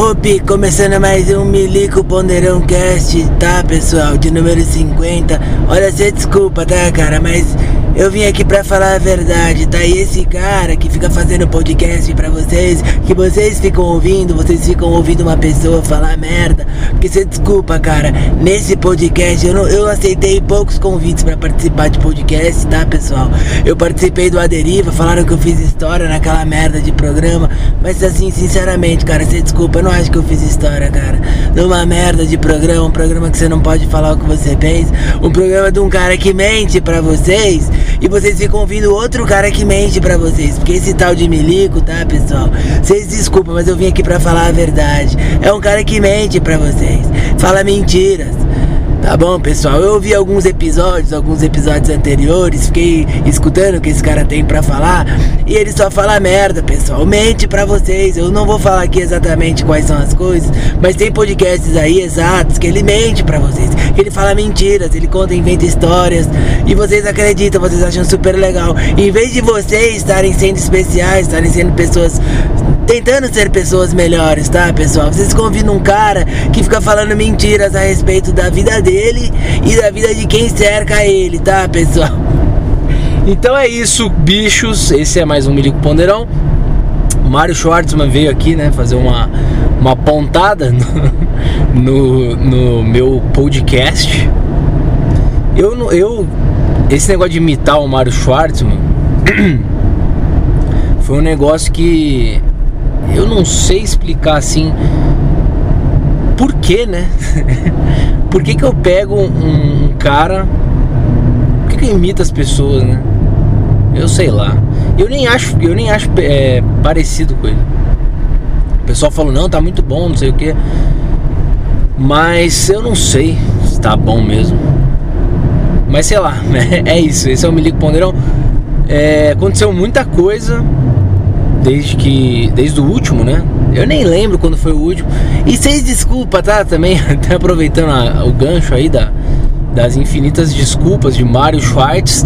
Opi, começando mais um Milico Ponderão Cast, tá pessoal, de número 50. Olha, cê desculpa, tá cara, mas eu vim aqui pra falar a verdade, tá? E esse cara que fica fazendo podcast pra vocês, que vocês ficam ouvindo uma pessoa falar merda. Porque cê desculpa, cara, nesse podcast eu aceitei poucos convites pra participar de podcast, tá pessoal? Eu participei do A Deriva, falaram que eu fiz história naquela merda de programa, mas assim, sinceramente, cara, cê desculpa, eu não acho que eu fiz história, cara. Numa merda de programa, um programa que você não pode falar o que você pensa, um programa de um cara que mente pra vocês, e vocês ficam ouvindo outro cara que mente pra vocês. Porque esse tal de Milico, tá pessoal, vocês desculpam, mas eu vim aqui pra falar a verdade. É um cara que mente pra vocês, fala mentiras. Tá bom, pessoal, eu ouvi alguns episódios anteriores, fiquei escutando o que esse cara tem pra falar, e ele só fala merda, pessoal, mente pra vocês. Eu não vou falar aqui exatamente quais são as coisas, mas tem podcasts aí exatos que ele mente pra vocês, que ele fala mentiras, ele conta, inventa histórias, e vocês acreditam, vocês acham super legal. Em vez de vocês estarem sendo especiais, estarem sendo pessoas, tentando ser pessoas melhores, tá pessoal, vocês ficam ouvindo um cara que fica falando mentiras a respeito da vida dele e da vida de quem cerca ele, tá pessoal? Então é isso, bichos, esse é mais um Milico Ponderão. O Mário Schwartzman veio aqui, né, fazer uma pontada no meu podcast. Esse negócio de imitar o Mário Schwartzman foi um negócio que eu não sei explicar assim por quê, né? Por que eu pego um cara? Por que eu imito as pessoas, né? Eu sei lá. Eu nem acho parecido com ele. O pessoal fala, não, tá muito bom, não sei o que. Mas eu não sei se tá bom mesmo. Mas sei lá, é isso. Esse é o Milico Ponderão. Aconteceu muita coisa desde o último, né? Eu nem lembro quando foi o último. E vocês desculpa, tá? Também até aproveitando o gancho aí das infinitas desculpas de Mário Schwartz.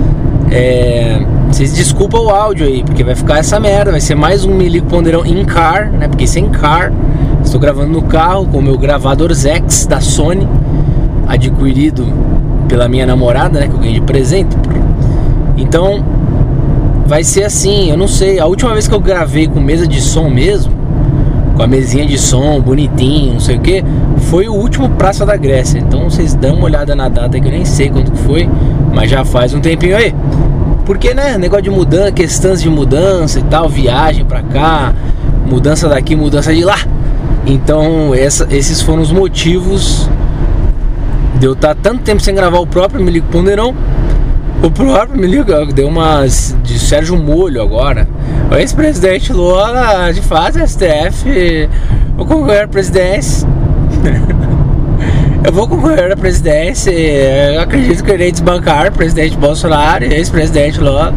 Vocês desculpam o áudio aí, porque vai ficar essa merda. Vai ser mais um Milico Ponderão in car, né? Porque sem car. Estou gravando no carro com o meu gravador Zex da Sony, adquirido pela minha namorada, né? Que eu ganhei de presente. Então vai ser assim, eu não sei. A última vez que eu gravei com mesa de som mesmo, com a mesinha de som bonitinho, não sei o que, foi o último Praça da Grécia. Então vocês dão uma olhada na data, que eu nem sei quando que foi, mas já faz um tempinho aí. Porque, né, negócio de mudança, questões de mudança e tal, viagem pra cá, mudança daqui, mudança de lá. Então esses foram os motivos de eu estar tanto tempo sem gravar o próprio Milico Ponderão. O próprio Milico deu umas de Sérgio Molho agora. O ex-presidente Lula, de fato, STF, vou concorrer à presidência. Eu vou concorrer à presidência. Eu acredito que eu irei desbancar o presidente Bolsonaro e ex-presidente Lula.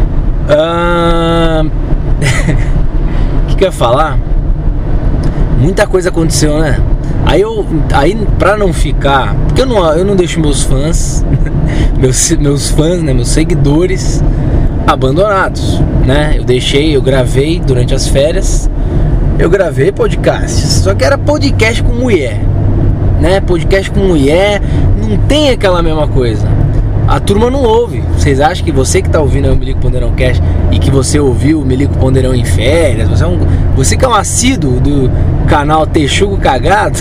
O que eu ia falar? Muita coisa aconteceu, né? Aí pra não ficar, porque eu não deixo meus fãs, meus fãs, né, meus seguidores abandonados, né? Eu gravei durante as férias, eu gravei podcasts, só que era podcast com mulher, né? Podcast com mulher não tem aquela mesma coisa. A turma não ouve. Vocês acham que você que tá ouvindo aí o Milico Ponderão Cast e que você ouviu o Milico Ponderão em férias, você que é um assíduo do canal Texugo Cagado,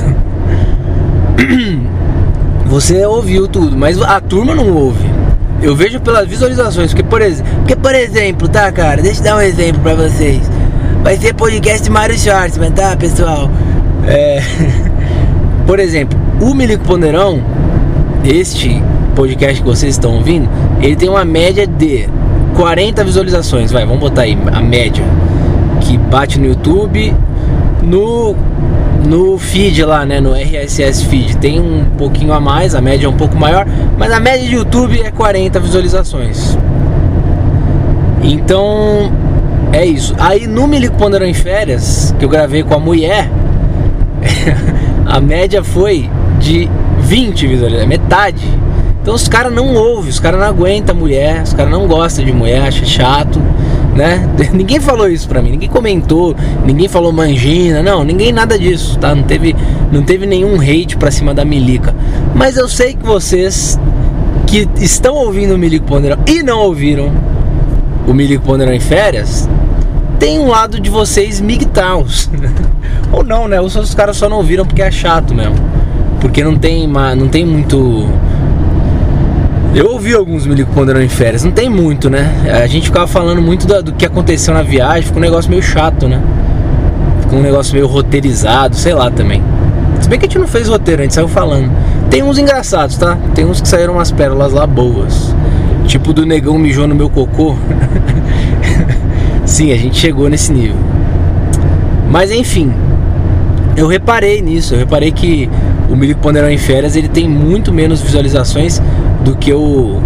você ouviu tudo, mas a turma não ouve. Eu vejo pelas visualizações, porque por exemplo, tá cara, deixa eu dar um exemplo pra vocês. Vai ser podcast Mário Schwartzman, tá pessoal? Por exemplo, o Milico Ponderão, este podcast que vocês estão ouvindo, ele tem uma média de 40 visualizações, vamos botar aí a média que bate no YouTube. No feed lá, né, no RSS feed tem um pouquinho a mais, a média é um pouco maior, mas a média de YouTube é 40 visualizações. Então é isso. Aí no Milico Ponderão em férias, que eu gravei com a mulher, a média foi de 20 visualizações, metade. Então os caras não ouvem, os caras não aguentam mulher, os caras não gostam de mulher, acham chato, né? Ninguém falou isso pra mim, ninguém comentou, ninguém falou mangina, não, ninguém nada disso, tá? Não teve nenhum hate pra cima da Milica. Mas eu sei que vocês que estão ouvindo o Milico Ponderão e não ouviram o Milico Ponderão em férias, tem um lado de vocês migtaus. Ou não, né? Os caras só não ouviram porque é chato mesmo. Porque não tem muito... Eu ouvi alguns Milico Ponderão em férias, não tem muito, né? A gente ficava falando muito do que aconteceu na viagem, ficou um negócio meio chato, né? Ficou um negócio meio roteirizado, sei lá também. Se bem que a gente não fez roteiro, a gente saiu falando. Tem uns engraçados, tá? Tem uns que saíram umas pérolas lá boas. Tipo do negão mijou no meu cocô. Sim, a gente chegou nesse nível. Mas enfim, eu reparei nisso. Eu reparei que o Milico Ponderão em férias, ele tem muito menos visualizações do que o...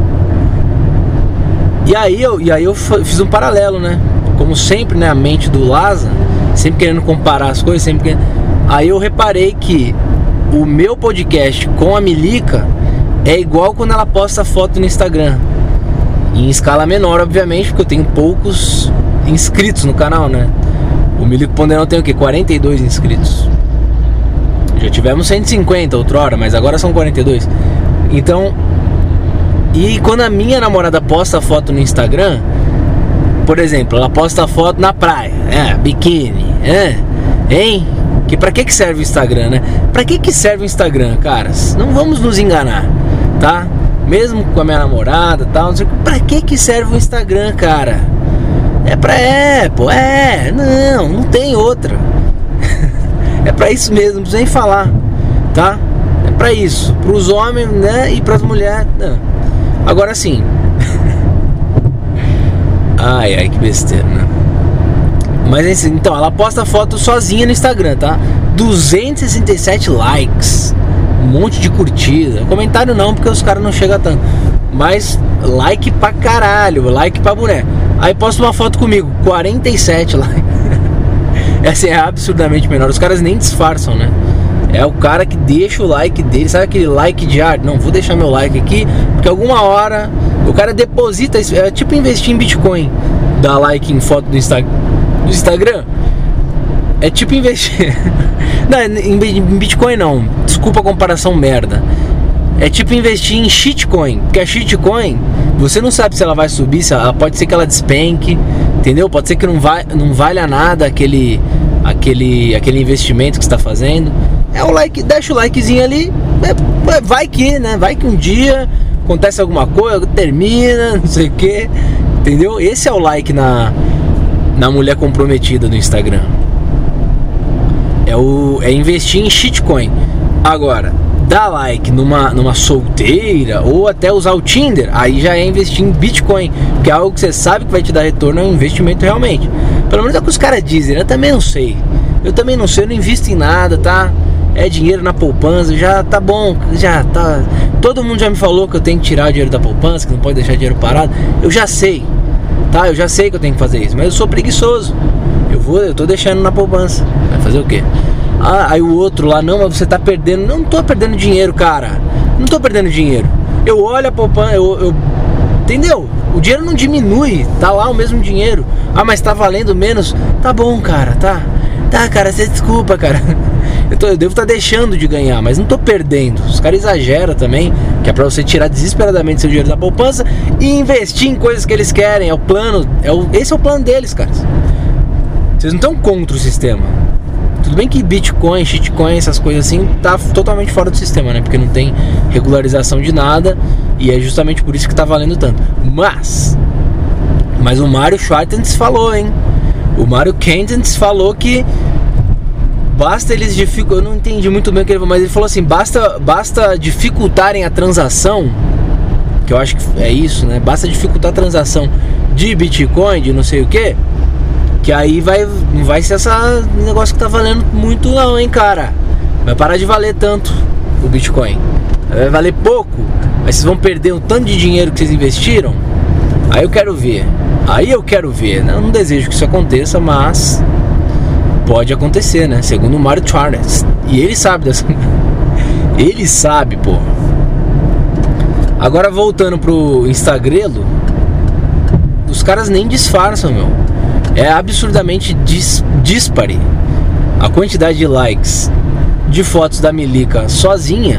E aí eu fiz um paralelo, né? Como sempre, né? A mente do Laza, sempre querendo comparar as coisas, sempre querendo... Aí eu reparei que o meu podcast com a Milica é igual quando ela posta foto no Instagram. Em escala menor, obviamente, porque eu tenho poucos inscritos no canal, né? O Milico Ponderão tem o quê? 42 inscritos. Já tivemos 150 outrora, mas agora são 42. Então... E quando a minha namorada posta foto no Instagram, por exemplo, ela posta foto na praia, biquíni, hein? Que pra que serve o Instagram, né? Pra que serve o Instagram, caras? Não vamos nos enganar, tá? Mesmo com a minha namorada e tal, não sei, pra que serve o Instagram, cara? Não tem outra. É pra isso mesmo, não precisa nem falar, tá? É pra isso, pros homens, né? E pras mulheres, não. Agora sim. Ai, que besteira, né? Mas então, ela posta foto sozinha no Instagram, tá? 267 likes, um monte de curtida. Comentário não, porque os caras não chegam tanto. Mas like pra caralho, like pra boneco. Aí posta uma foto comigo, 47 likes. Essa é absurdamente menor. Os caras nem disfarçam, né? É o cara que deixa o like dele. Sabe aquele like de não, vou deixar meu like aqui, porque alguma hora o cara deposita. É tipo investir em Bitcoin. Dar like em foto do Instagram. É tipo investir. Não, em Bitcoin não. Desculpa a comparação merda. É tipo investir em shitcoin. Porque a shitcoin, você não sabe se ela vai subir, se ela, pode ser que ela despenque, entendeu? Pode ser que não valha nada aquele investimento que você está fazendo. É o like, deixa o likezinho ali, vai que, né? Vai que um dia acontece alguma coisa, termina, não sei o que, entendeu? Esse é o like na mulher comprometida do Instagram. É investir em shitcoin. Agora, dar like numa solteira ou até usar o Tinder, aí já é investir em Bitcoin, que é algo que você sabe que vai te dar retorno, é um investimento realmente. Pelo menos é o que os caras dizem, né? Eu também não sei, eu não invisto em nada, tá? É dinheiro na poupança, já tá bom, já tá. Todo mundo já me falou que eu tenho que tirar o dinheiro da poupança, que não pode deixar dinheiro parado. Eu já sei, tá? Eu já sei que eu tenho que fazer isso, mas eu sou preguiçoso. Eu tô deixando na poupança. Vai fazer o quê? Aí o outro lá, não, mas você tá perdendo. Não tô perdendo dinheiro, cara. Não tô perdendo dinheiro. Eu olho a poupança, entendeu? O dinheiro não diminui, tá lá o mesmo dinheiro. Mas tá valendo menos. Tá bom, cara, tá. Tá, cara, você desculpa, cara. Eu devo estar deixando de ganhar, mas não tô perdendo. Os caras exageram também, que é pra você tirar desesperadamente seu dinheiro da poupança e investir em coisas que eles querem. É o plano, esse é o plano deles, caras. Vocês não estão contra o sistema. Tudo bem que Bitcoin, shitcoin, essas coisas assim, tá totalmente fora do sistema, né? Porque não tem regularização de nada e é justamente por isso que tá valendo tanto. Mas o Mário Schwartz falou, hein? O Mário Kentens falou que basta eles dificultarem. Eu não entendi muito bem o que ele falou, mas ele falou assim: basta dificultarem a transação, que eu acho que é isso, né? Basta dificultar a transação de Bitcoin, de não sei o que aí não vai ser esse negócio que tá valendo muito não, hein, cara. Vai parar de valer tanto o Bitcoin. Vai valer pouco, mas vocês vão perder um tanto de dinheiro que vocês investiram. Aí eu quero ver. Eu não desejo que isso aconteça, mas pode acontecer, né? Segundo o Mário Schwartz. E ele sabe dessa. Ele sabe, pô. Agora voltando pro Instagrelo, os caras nem disfarçam, meu. É absurdamente dispare a quantidade de likes de fotos da Milica sozinha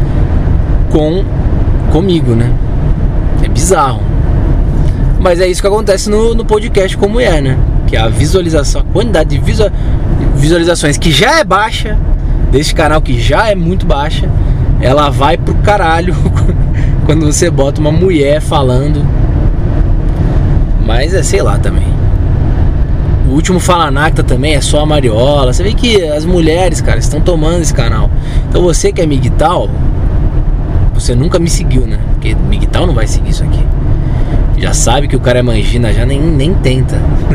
comigo, né? É bizarro. Mas é isso que acontece no podcast Como É, né? Que a visualização, a quantidade de visualizações que já é baixa, desse canal que já é muito baixa, ela vai pro caralho quando você bota uma mulher falando. Mas sei lá também. O último Fala Nacta também é só a Mariola. Você vê que as mulheres, cara, estão tomando esse canal. Então você que é migtal, você nunca me seguiu, né? Porque migtal não vai seguir isso aqui. Já sabe que o cara é mangina, já nem tenta.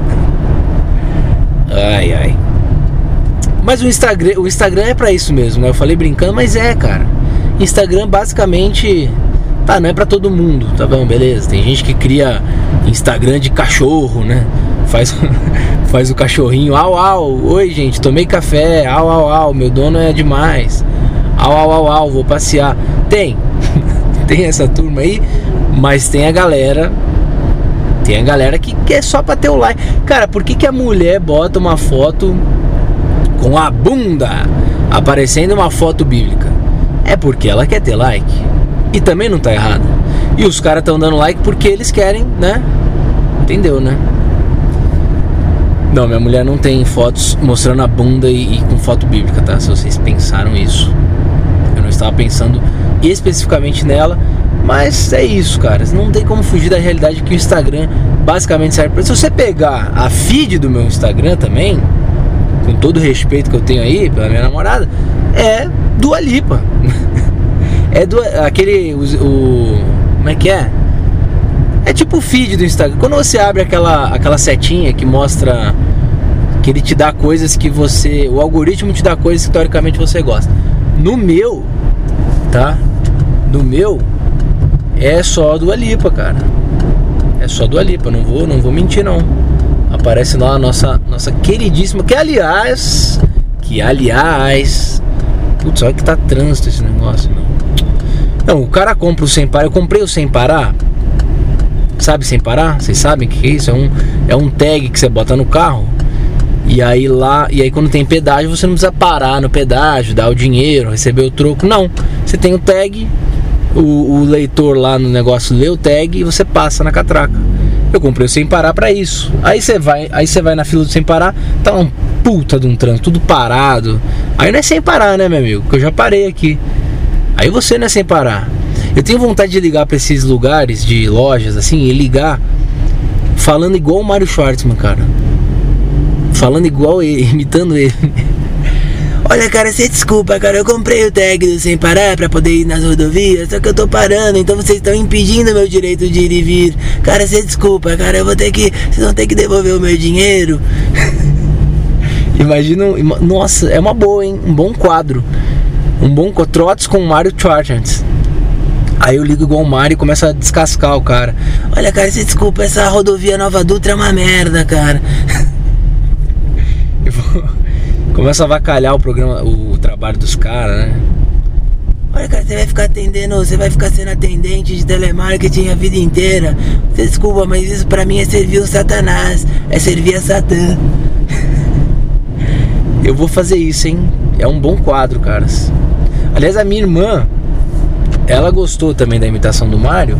Ai. Mas o Instagram é pra isso mesmo, né? Eu falei brincando, mas cara. Instagram basicamente... Tá, não é pra todo mundo, tá bom, beleza. Tem gente que cria Instagram de cachorro, né? Faz o cachorrinho, au, oi gente, tomei café, au, meu dono é demais, au, vou passear. Tem essa turma aí, mas tem a galera que é só pra ter o like. Cara, por que a mulher bota uma foto com a bunda aparecendo uma foto bíblica? É porque ela quer ter like. E também não tá errado. E os caras estão dando like porque eles querem, né? Entendeu, né? Não, minha mulher não tem fotos mostrando a bunda e com foto bíblica, tá? Se vocês pensaram isso. Eu não estava pensando especificamente nela. Mas é isso, cara. Não tem como fugir da realidade que o Instagram basicamente serve pra... Se você pegar a feed do meu Instagram também, com todo o respeito que eu tenho aí pela minha namorada, é Dua Lipa. Como é que é? É tipo o feed do Instagram. Quando você abre aquela setinha que mostra, que ele te dá coisas que você... O algoritmo te dá coisas que teoricamente você gosta. No meu, tá? No meu é só Dua Lipa, cara. É só Dua Lipa, não vou mentir não. Aparece lá a nossa queridíssima, que aliás, putz, olha que tá trânsito esse negócio, meu. Não, o cara compra o Sem Parar. Eu comprei o Sem Parar. Sabe Sem Parar? Vocês sabem o que é isso? É um tag que você bota no carro. E aí quando tem pedágio, você não precisa parar no pedágio, dar o dinheiro, receber o troco. Não, você tem o tag, o leitor lá no negócio lê o tag e você passa na catraca. Eu comprei o Sem Parar pra isso. Aí você vai na fila do Sem Parar, tá um puta de um trânsito, tudo parado. Aí não é sem parar, né, meu amigo? Porque eu já parei aqui. Aí você não é sem parar. Eu tenho vontade de ligar pra esses lugares de lojas assim e ligar falando igual o Mário Schwartzman, cara. Falando igual ele, imitando ele. Olha, cara, você desculpa, cara, eu comprei o tag do Sem Parar pra poder ir nas rodovias, só que eu tô parando, então vocês estão impedindo o meu direito de ir e vir. Cara, você desculpa, cara, vocês vão ter que devolver o meu dinheiro. Imagina, nossa, é uma boa, hein? Um bom quadro. Um bom trotes com o Mário Schwartzman. Aí eu ligo igual o Mário e começo a descascar o cara. Olha, cara, você desculpa, essa rodovia Nova Dutra é uma merda, cara. Começa a avacalhar o trabalho dos caras, né? Olha, cara, você vai ficar sendo atendente de telemarketing a vida inteira. Você desculpa, mas isso pra mim é servir o Satanás, é servir a Satã. Eu vou fazer isso, hein? É um bom quadro, caras. Aliás, a minha irmã, ela gostou também da imitação do Mário.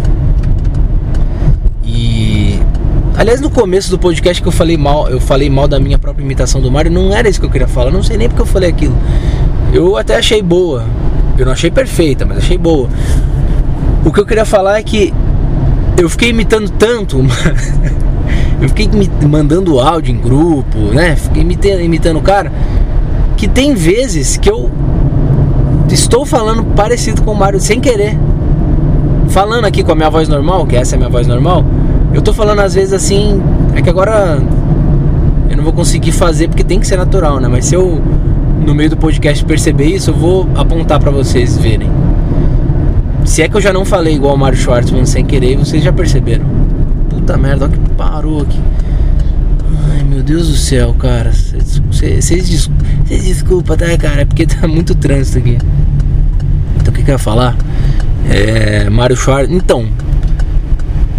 E... aliás, no começo do podcast que eu falei mal da minha própria imitação do Mário. Não era isso que eu queria falar, não sei nem porque eu falei aquilo. Eu até achei boa. Eu não achei perfeita, mas achei boa. O que eu queria falar é que eu fiquei imitando tanto. Eu fiquei mandando áudio em grupo, né? Fiquei imitando o cara, que tem vezes que eu estou falando parecido com o Mário sem querer. Falando aqui com a minha voz normal, que essa é a minha voz normal, eu tô falando às vezes assim. É que agora eu não vou conseguir fazer porque tem que ser natural, né? Mas se eu no meio do podcast perceber isso, eu vou apontar pra vocês verem. Se é que eu já não falei igual o Mário Schwartzman sem querer, vocês já perceberam. Puta merda, olha que parou aqui. Ai, meu Deus do céu, cara. Vocês desculpa, tá, cara? É porque tá muito trânsito aqui. Então o que eu ia falar? Mário Schwartzman. Então,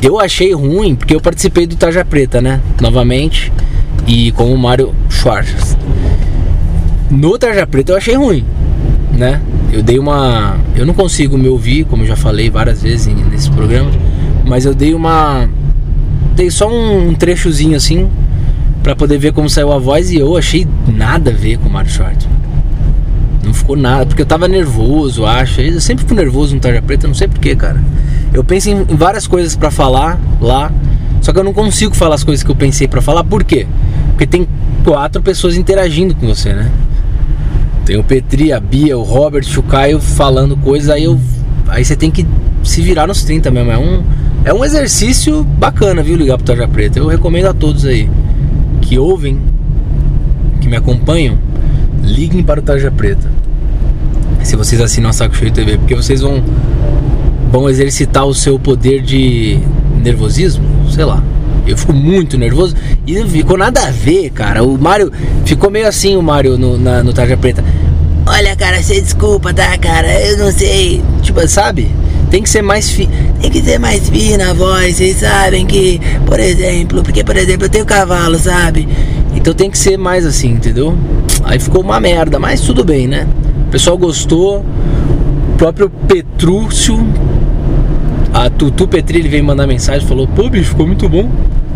Eu achei ruim porque eu participei do Tarja Preta, né? Novamente. E com o Mário Schwartz. No Tarja Preta eu achei ruim, né? Eu não consigo me ouvir, como eu já falei várias vezes nesse programa. Mas eu dei só um trechozinho assim pra poder ver como saiu a voz. E eu achei nada a ver com o Mário Schwartz. Não ficou nada, porque eu tava nervoso, acho. Eu sempre fico nervoso no Tarja Preta, não sei porquê, cara. Eu penso em várias coisas pra falar lá, só que eu não consigo falar as coisas que eu pensei pra falar. Por quê? Porque tem 4 pessoas interagindo com você, né? Tem o Petri, a Bia, o Robert, o Caio falando coisas. Aí você tem que se virar nos 30 mesmo. É um exercício bacana, viu? Ligar pro Tarja Preta. Eu recomendo a todos aí que ouvem, que me acompanham, liguem para o Tarja Preta. Se vocês assinam a Saco Cheio TV, porque vocês vão exercitar o seu poder de nervosismo, sei lá. Eu fico muito nervoso e não ficou nada a ver, cara. O Mário ficou meio assim, o Mário no Tarja Preta. Olha, cara, você desculpa, tá, cara? Eu não sei. Tipo, sabe? Tem que ser mais fina a voz. Vocês sabem que, por exemplo, eu tenho cavalo, sabe? Então tem que ser mais assim, entendeu? Aí ficou uma merda, mas tudo bem, né? O pessoal gostou. O próprio Petrúcio, a Tutu Petri, ele veio mandar mensagem, falou: pô, bicho, ficou muito bom.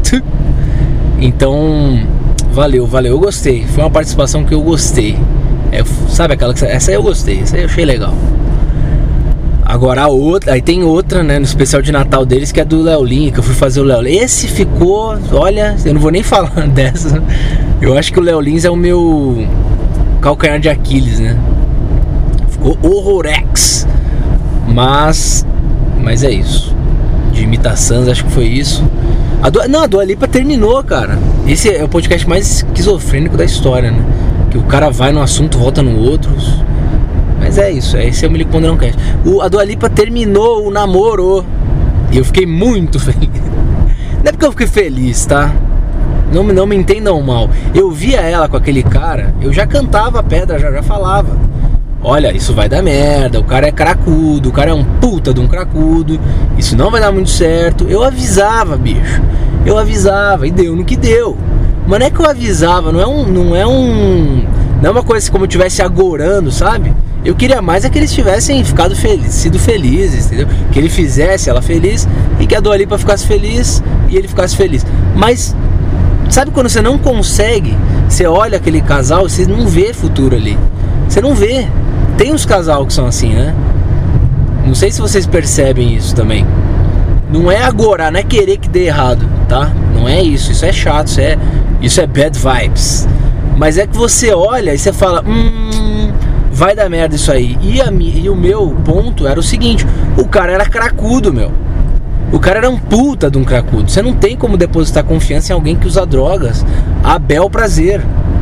Então, valeu, eu gostei. Foi uma participação que eu gostei. Sabe aquela que... Essa aí eu gostei, essa aí eu achei legal. Agora a outra, aí tem outra, né, no especial de Natal deles, que é do Léo Lins, que eu fui fazer o Léo Lins. Esse ficou, olha, eu não vou nem falar dessa. Eu acho que o Léo Lins é o meu calcanhar de Aquiles, né? Ficou horrorex. Mas é isso. De imitações, acho que foi isso. A Dua Lipa terminou, cara. Esse é o podcast mais esquizofrênico da história, né? Que o cara vai num assunto, volta no outro. Mas é isso, esse é o Me Liga Quando Não Quer. A Dua Lipa terminou o namoro. E eu fiquei muito feliz. Não é porque eu fiquei feliz, tá? Não me entendam mal. Eu via ela com aquele cara, eu já cantava a pedra, já falava: olha, isso vai dar merda, o cara é cracudo, o cara é um puta de um cracudo, isso não vai dar muito certo. Eu avisava, bicho. Eu avisava e deu no que deu. Mas não é que eu avisava, não é uma coisa assim como eu estivesse agorando, sabe? Eu queria mais é que eles tivessem sido felizes, entendeu? Que ele fizesse ela feliz e que a Dua Lipa ficasse feliz e ele ficasse feliz. Mas sabe quando você não consegue? Você olha aquele casal e você não vê futuro ali. Você não vê. Tem uns casal que são assim, né? Não sei se vocês percebem isso também. Não é agora, não é querer que dê errado, tá? Não é isso, isso é chato, isso é bad vibes. Mas é que você olha e você fala: vai dar merda isso aí. E o meu ponto era o seguinte: o cara era cracudo, meu. O cara era um puta de um cracudo. Você não tem como depositar confiança em alguém que usa drogas a bel prazer.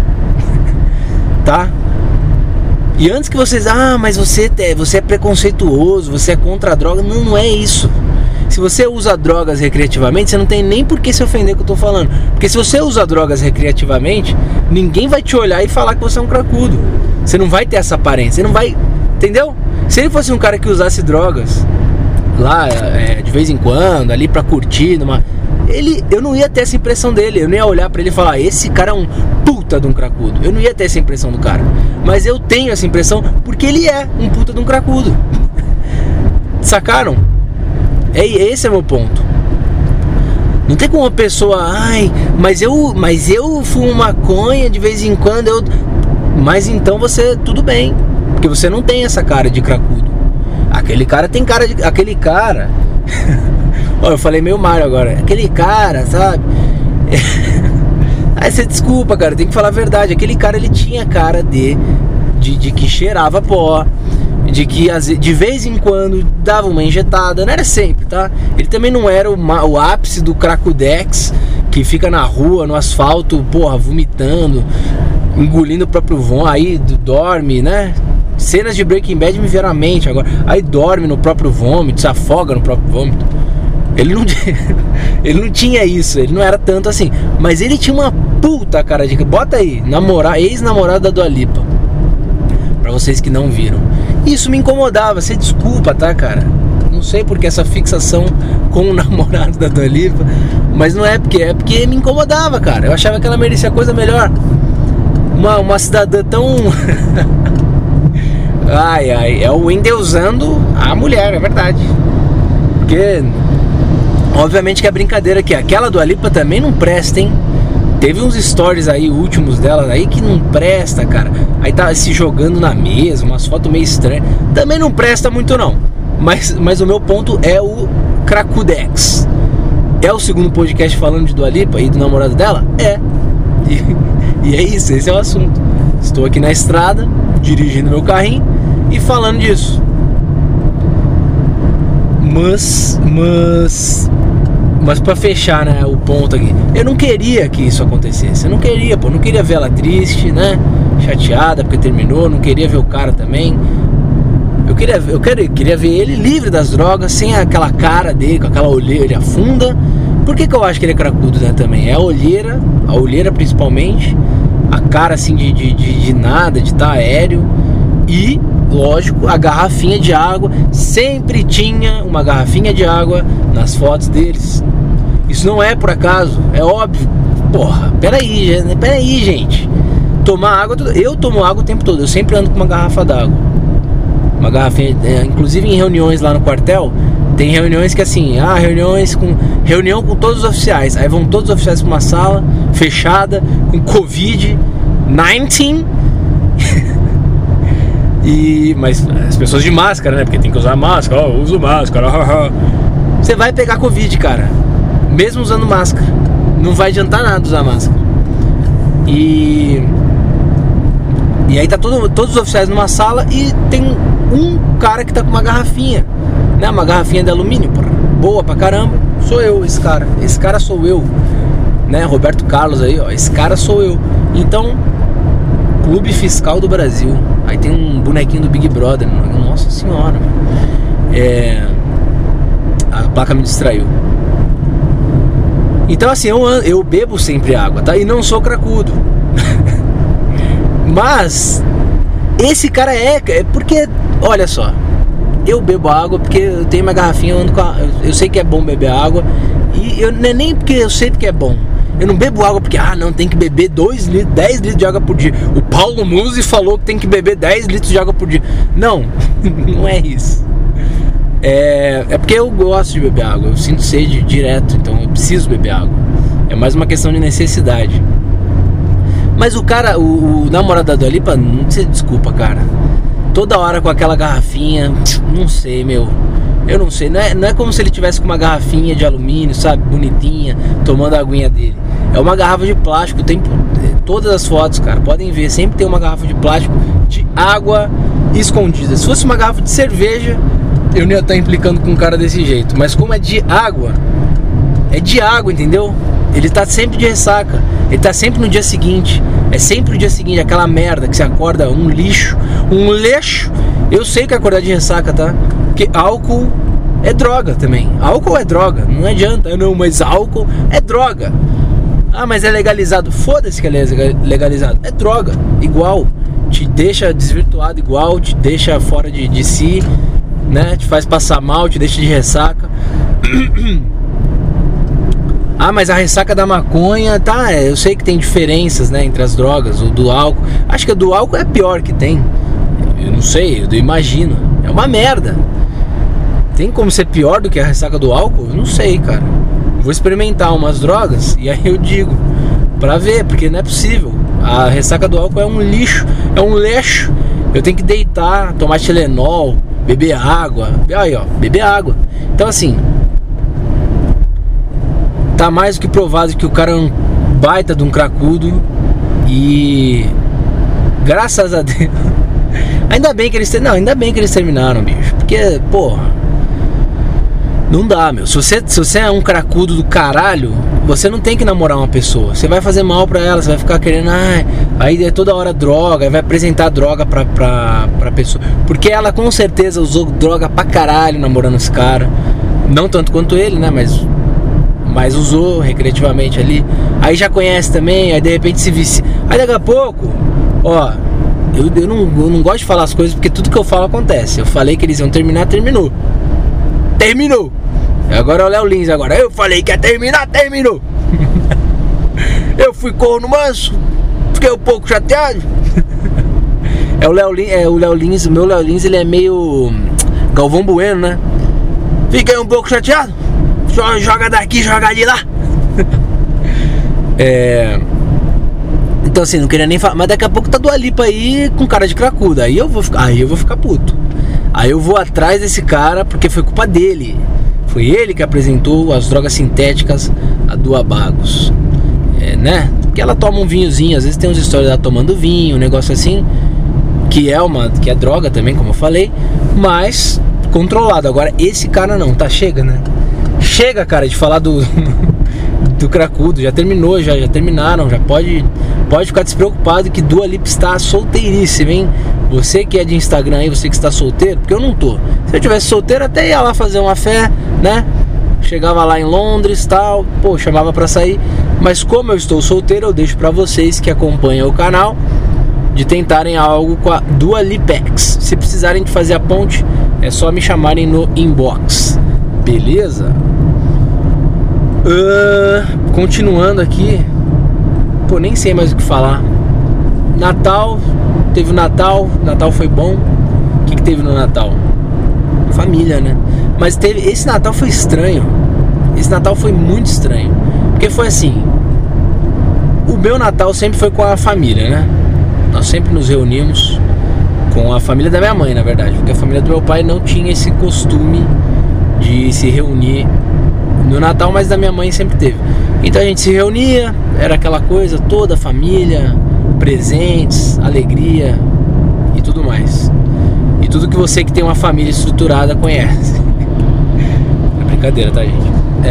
Tá? E antes que vocês... mas você é preconceituoso, você é contra a droga. Não é isso. Se você usa drogas recreativamente, você não tem nem por que se ofender com o que eu tô falando. Porque se você usa drogas recreativamente, ninguém vai te olhar e falar que você é um cracudo. Você não vai ter essa aparência, você não vai... Entendeu? Se ele fosse um cara que usasse drogas lá, de vez em quando, ali pra curtir, eu não ia ter essa impressão dele. Eu não ia olhar pra ele e falar: esse cara é um puta de um cracudo. Eu não ia ter essa impressão do cara. Mas eu tenho essa impressão porque ele é um puta de um cracudo. Sacaram? Esse é o meu ponto. Não tem como uma pessoa: mas eu fumo maconha de vez em quando. Mas então você, tudo bem, porque você não tem essa cara de cracudo. Aquele cara tem cara de... Aquele cara... Olha, eu falei meio Mário agora. Aquele cara, sabe? Aí você desculpa, cara, tem que falar a verdade. Aquele cara, ele tinha cara de que cheirava pó, de que de vez em quando dava uma injetada. Não era sempre, tá? Ele também não era o ápice do cracudex, que fica na rua, no asfalto, porra, vomitando, engolindo o próprio vômito, aí dorme, né? Cenas de Breaking Bad me vieram à mente agora. Aí dorme no próprio vômito, se afoga no próprio vômito. Ele não tinha isso, ele não era tanto assim. Mas ele tinha uma puta cara de... Bota aí, ex-namorada da Dua Lipa, pra vocês que não viram. Isso me incomodava, você desculpa, tá, cara? Não sei porque essa fixação com o namorado da Dua Lipa. Mas não é porque me incomodava, cara. Eu achava que ela merecia coisa melhor. Uma cidadã tão... Ai, é o endeusando a mulher, é verdade. Porque, obviamente que é brincadeira aqui. Aquela Dua Lipa também não presta, hein? Teve uns stories aí, últimos dela aí, que não presta, cara. Aí tá se jogando na mesa, umas fotos meio estranhas. Também não presta muito, não. Mas o meu ponto é o Cracudex. É o segundo podcast falando de Dua Lipa e do namorado dela? É. E é isso, esse é o assunto. Estou aqui na estrada, dirigindo meu carrinho e falando disso. Mas pra fechar, né, o ponto aqui, eu não queria que isso acontecesse. Eu não queria, não queria ver ela triste, né, chateada porque terminou. Não queria ver o cara também. Eu queria ver ele livre das drogas, sem aquela cara dele, com aquela olheira funda. Por que eu acho que ele é cracudo, né, também? É a olheira principalmente, a cara assim de nada, de estar aéreo. E, lógico, a garrafinha de água. Sempre tinha uma garrafinha de água nas fotos deles. Isso não é por acaso, é óbvio. Porra, peraí, gente. Tomar água, eu tomo água o tempo todo. Eu sempre ando com uma garrafa d'água. Uma garrafinha, inclusive em reuniões lá no quartel. Tem reuniões que assim, reunião com todos os oficiais. Aí vão todos os oficiais para uma sala fechada, com Covid-19. Mas as pessoas de máscara, né? Porque tem que usar máscara, eu uso máscara. Você vai pegar Covid, cara. Mesmo usando máscara. Não vai adiantar nada usar máscara. E aí tá todos os oficiais numa sala e tem um cara que tá com uma garrafinha, né? Uma garrafinha de alumínio, porra. Boa pra caramba. Sou eu, esse cara. Esse cara sou eu, né? Roberto Carlos aí, ó. Esse cara sou eu. Então, Clube Fiscal do Brasil. Aí tem um bonequinho do Big Brother. Nossa senhora. A placa me distraiu. Então assim, eu bebo sempre água, tá? E não sou cracudo. Mas esse cara é porque, olha só, eu bebo água porque eu tenho uma garrafinha, eu sei que é bom beber água. E não é nem porque eu sei que é bom. Eu não bebo água porque, não, tem que beber 10 litros de água por dia. O Paulo Musi falou que tem que beber 10 litros de água por dia. Não, não é isso. É porque eu gosto de beber água. Eu sinto sede direto, então eu preciso beber água. É mais uma questão de necessidade. Mas o cara, o namorado da Dua Lipa, não se desculpa, cara. Toda hora com aquela garrafinha, não sei, meu. Eu não sei, não é como se ele tivesse com uma garrafinha de alumínio, sabe, bonitinha, tomando a aguinha dele. É uma garrafa de plástico, tem todas as fotos, cara, podem ver, sempre tem uma garrafa de plástico de água escondida. Se fosse uma garrafa de cerveja, eu não ia estar implicando com um cara desse jeito. Mas como é de água, entendeu? Ele tá sempre de ressaca, ele tá sempre no dia seguinte. É sempre o dia seguinte, aquela merda que você acorda um lixo. Eu sei que é acordar de ressaca, tá? Porque álcool é droga também. Álcool é droga, não adianta. Não, mas álcool é droga. Mas é legalizado. Foda-se que é legalizado. É droga, igual. Te deixa desvirtuado igual, te deixa fora de si, né? Te faz passar mal, te deixa de ressaca. Mas a ressaca da maconha, tá, eu sei que tem diferenças, né, entre as drogas, o do álcool. Acho que a do álcool é a pior que tem. Eu não sei, eu imagino. É uma merda. Tem como ser pior do que a ressaca do álcool? Eu não sei, cara. Vou experimentar umas drogas e aí eu digo, pra ver, porque não é possível. A ressaca do álcool é um lixo, é um lixo. Eu tenho que deitar, tomar Tilenol, beber água. Aí, ó, beber água. Então assim, tá mais do que provado que o cara é um baita de um cracudo. E graças a Deus, ainda bem que eles terminaram, bicho. Porque, porra, não dá, meu. Se você é um cracudo do caralho, você não tem que namorar uma pessoa. Você vai fazer mal pra ela, você vai ficar querendo, aí é toda hora droga, aí vai apresentar droga pra pessoa. Porque ela com certeza usou droga pra caralho namorando esse cara. Não tanto quanto ele, né, mas usou recreativamente ali. Aí já conhece também, aí de repente se vicia. Aí daqui a pouco, ó, eu não gosto de falar as coisas porque tudo que eu falo acontece. Eu falei que eles iam terminar, terminou. Agora é o Léo Lins agora. Eu falei que ia terminar, terminou. Eu fui corno manso, fiquei um pouco chateado. É o Léo Lins, o meu Léo Lins, ele é meio Galvão Bueno, né? Fiquei um pouco chateado. Joga daqui, joga de lá. Então assim, não queria nem falar. Mas daqui a pouco tá Dua Lipa aí com cara de cracuda. Aí eu vou ficar puto. Aí eu vou atrás desse cara, porque foi culpa dele. Foi ele que apresentou as drogas sintéticas a Dua Bagos, né? Porque ela toma um vinhozinho, às vezes tem uns stories dela tomando vinho, um negócio assim, que é droga também, como eu falei, mas controlado. Agora esse cara não, tá? Chega, né? Chega, cara, de falar do cracudo. Já terminou, já terminaram. Já pode ficar despreocupado que Dua Lipa está solteiríssima, hein? Você que é de Instagram aí, você que está solteiro, porque eu não tô. Se eu tivesse solteiro, até ia lá fazer uma fé, né? Chegava lá em Londres e tal, pô, chamava pra sair. Mas como eu estou solteiro, eu deixo pra vocês que acompanham o canal de tentarem algo com a Dua Lipex. Se precisarem de fazer a ponte, é só me chamarem no inbox. Beleza? Continuando aqui, pô, nem sei mais o que falar. Natal, teve o Natal foi bom. O que teve no Natal? Família, né? Mas esse Natal foi estranho. Esse Natal foi muito estranho. Porque foi assim, o meu Natal sempre foi com a família, né? Nós sempre nos reunimos com a família da minha mãe, na verdade, porque a família do meu pai não tinha esse costume de se reunir no Natal, mas da minha mãe sempre teve. Então a gente se reunia, era aquela coisa toda, família, presentes, alegria e tudo mais. E tudo que você que tem uma família estruturada conhece. É brincadeira, tá, gente?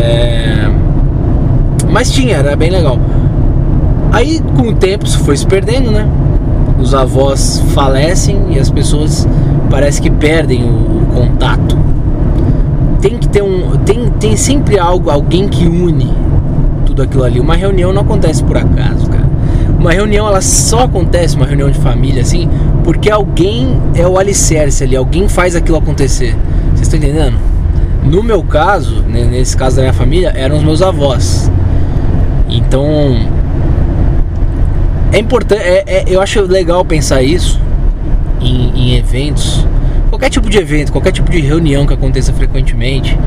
Mas era bem legal. Aí com o tempo isso foi se perdendo, né? Os avós falecem e as pessoas parece que perdem o contato. Tem que ter tem sempre alguém que une tudo aquilo ali. Uma reunião não acontece por acaso, cara. Uma reunião, ela só acontece, uma reunião de família assim, porque alguém é o alicerce ali, alguém faz aquilo acontecer. Vocês estão entendendo? No meu caso, nesse caso da minha família, eram os meus avós. Então é importante, eu acho legal pensar isso em eventos. Qualquer tipo de evento, qualquer tipo de reunião que aconteça frequentemente,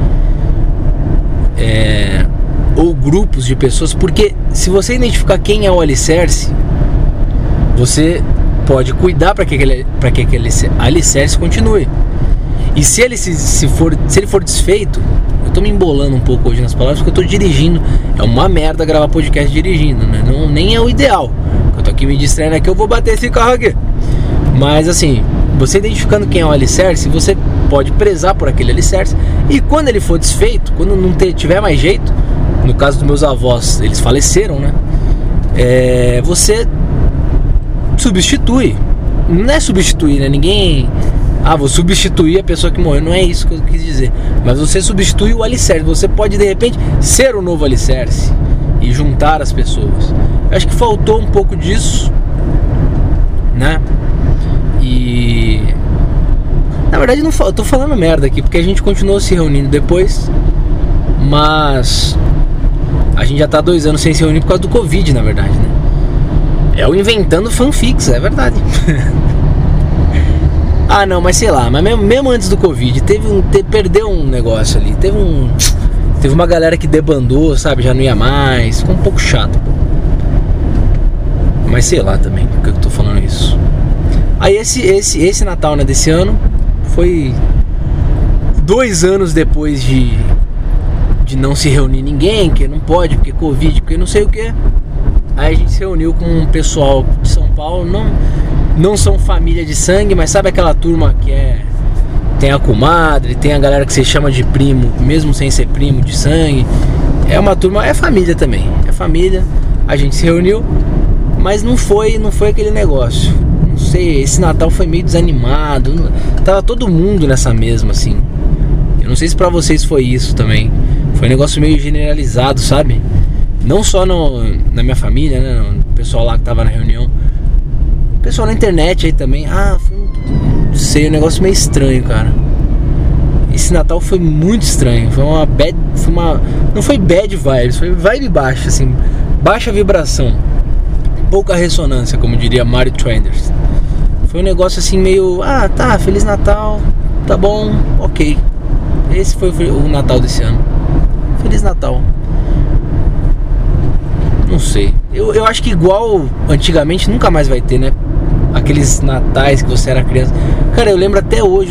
ou grupos de pessoas, porque se você identificar quem é o alicerce, você pode cuidar para que aquele alicerce continue. E se ele for desfeito, eu tô me embolando um pouco hoje nas palavras porque eu tô dirigindo. É uma merda gravar podcast dirigindo, né? Nem é o ideal. Eu tô aqui me distraindo aqui, eu vou bater esse carro aqui. Mas assim, você identificando quem é o alicerce, você pode prezar por aquele alicerce. E quando ele for desfeito, quando não tiver mais jeito, no caso dos meus avós, eles faleceram, né? Você substitui. Não é substituir, né? Ninguém... vou substituir a pessoa que morreu. Não é isso que eu quis dizer. Mas você substitui o alicerce. Você pode, de repente, ser o novo alicerce e juntar as pessoas. Eu acho que faltou um pouco disso, né? E... na verdade, não eu tô falando merda aqui, porque a gente continuou se reunindo depois. Mas... a gente já tá 2 anos sem se reunir por causa do Covid, na verdade, né? É o inventando fanfics, é verdade. Não, mas sei lá, mas mesmo antes do Covid, perdeu um negócio ali. Teve uma galera que debandou, sabe? Já não ia mais. Ficou um pouco chato, pô. Mas sei lá também, por que eu tô falando isso. Aí esse Natal, né, desse ano, foi 2 anos depois de não se reunir ninguém, que não pode, porque Covid, porque não sei o que. Aí a gente se reuniu com um pessoal de São Paulo, não são família de sangue, mas sabe aquela turma que tem a comadre, tem a galera que você chama de primo, mesmo sem ser primo de sangue. É uma turma, é família também, é família. A gente se reuniu, mas não foi aquele negócio. Não sei, esse Natal foi meio desanimado, tava todo mundo nessa mesma, assim. Eu não sei se pra vocês foi isso também. Foi um negócio meio generalizado, sabe? Não só na minha família, né? O pessoal lá que tava na reunião. O pessoal na internet aí também. Foi um negócio meio estranho, cara. esse Natal foi muito estranho. Não foi bad vibes, foi vibe baixa, assim, baixa vibração, pouca ressonância, como diria Mario Trenders. Foi um negócio assim meio, tá, Feliz Natal, tá bom, ok. Esse foi o Natal desse ano. Feliz Natal. Não sei. Eu acho que igual antigamente nunca mais vai ter, né? Aqueles natais que você era criança. Cara, eu lembro até hoje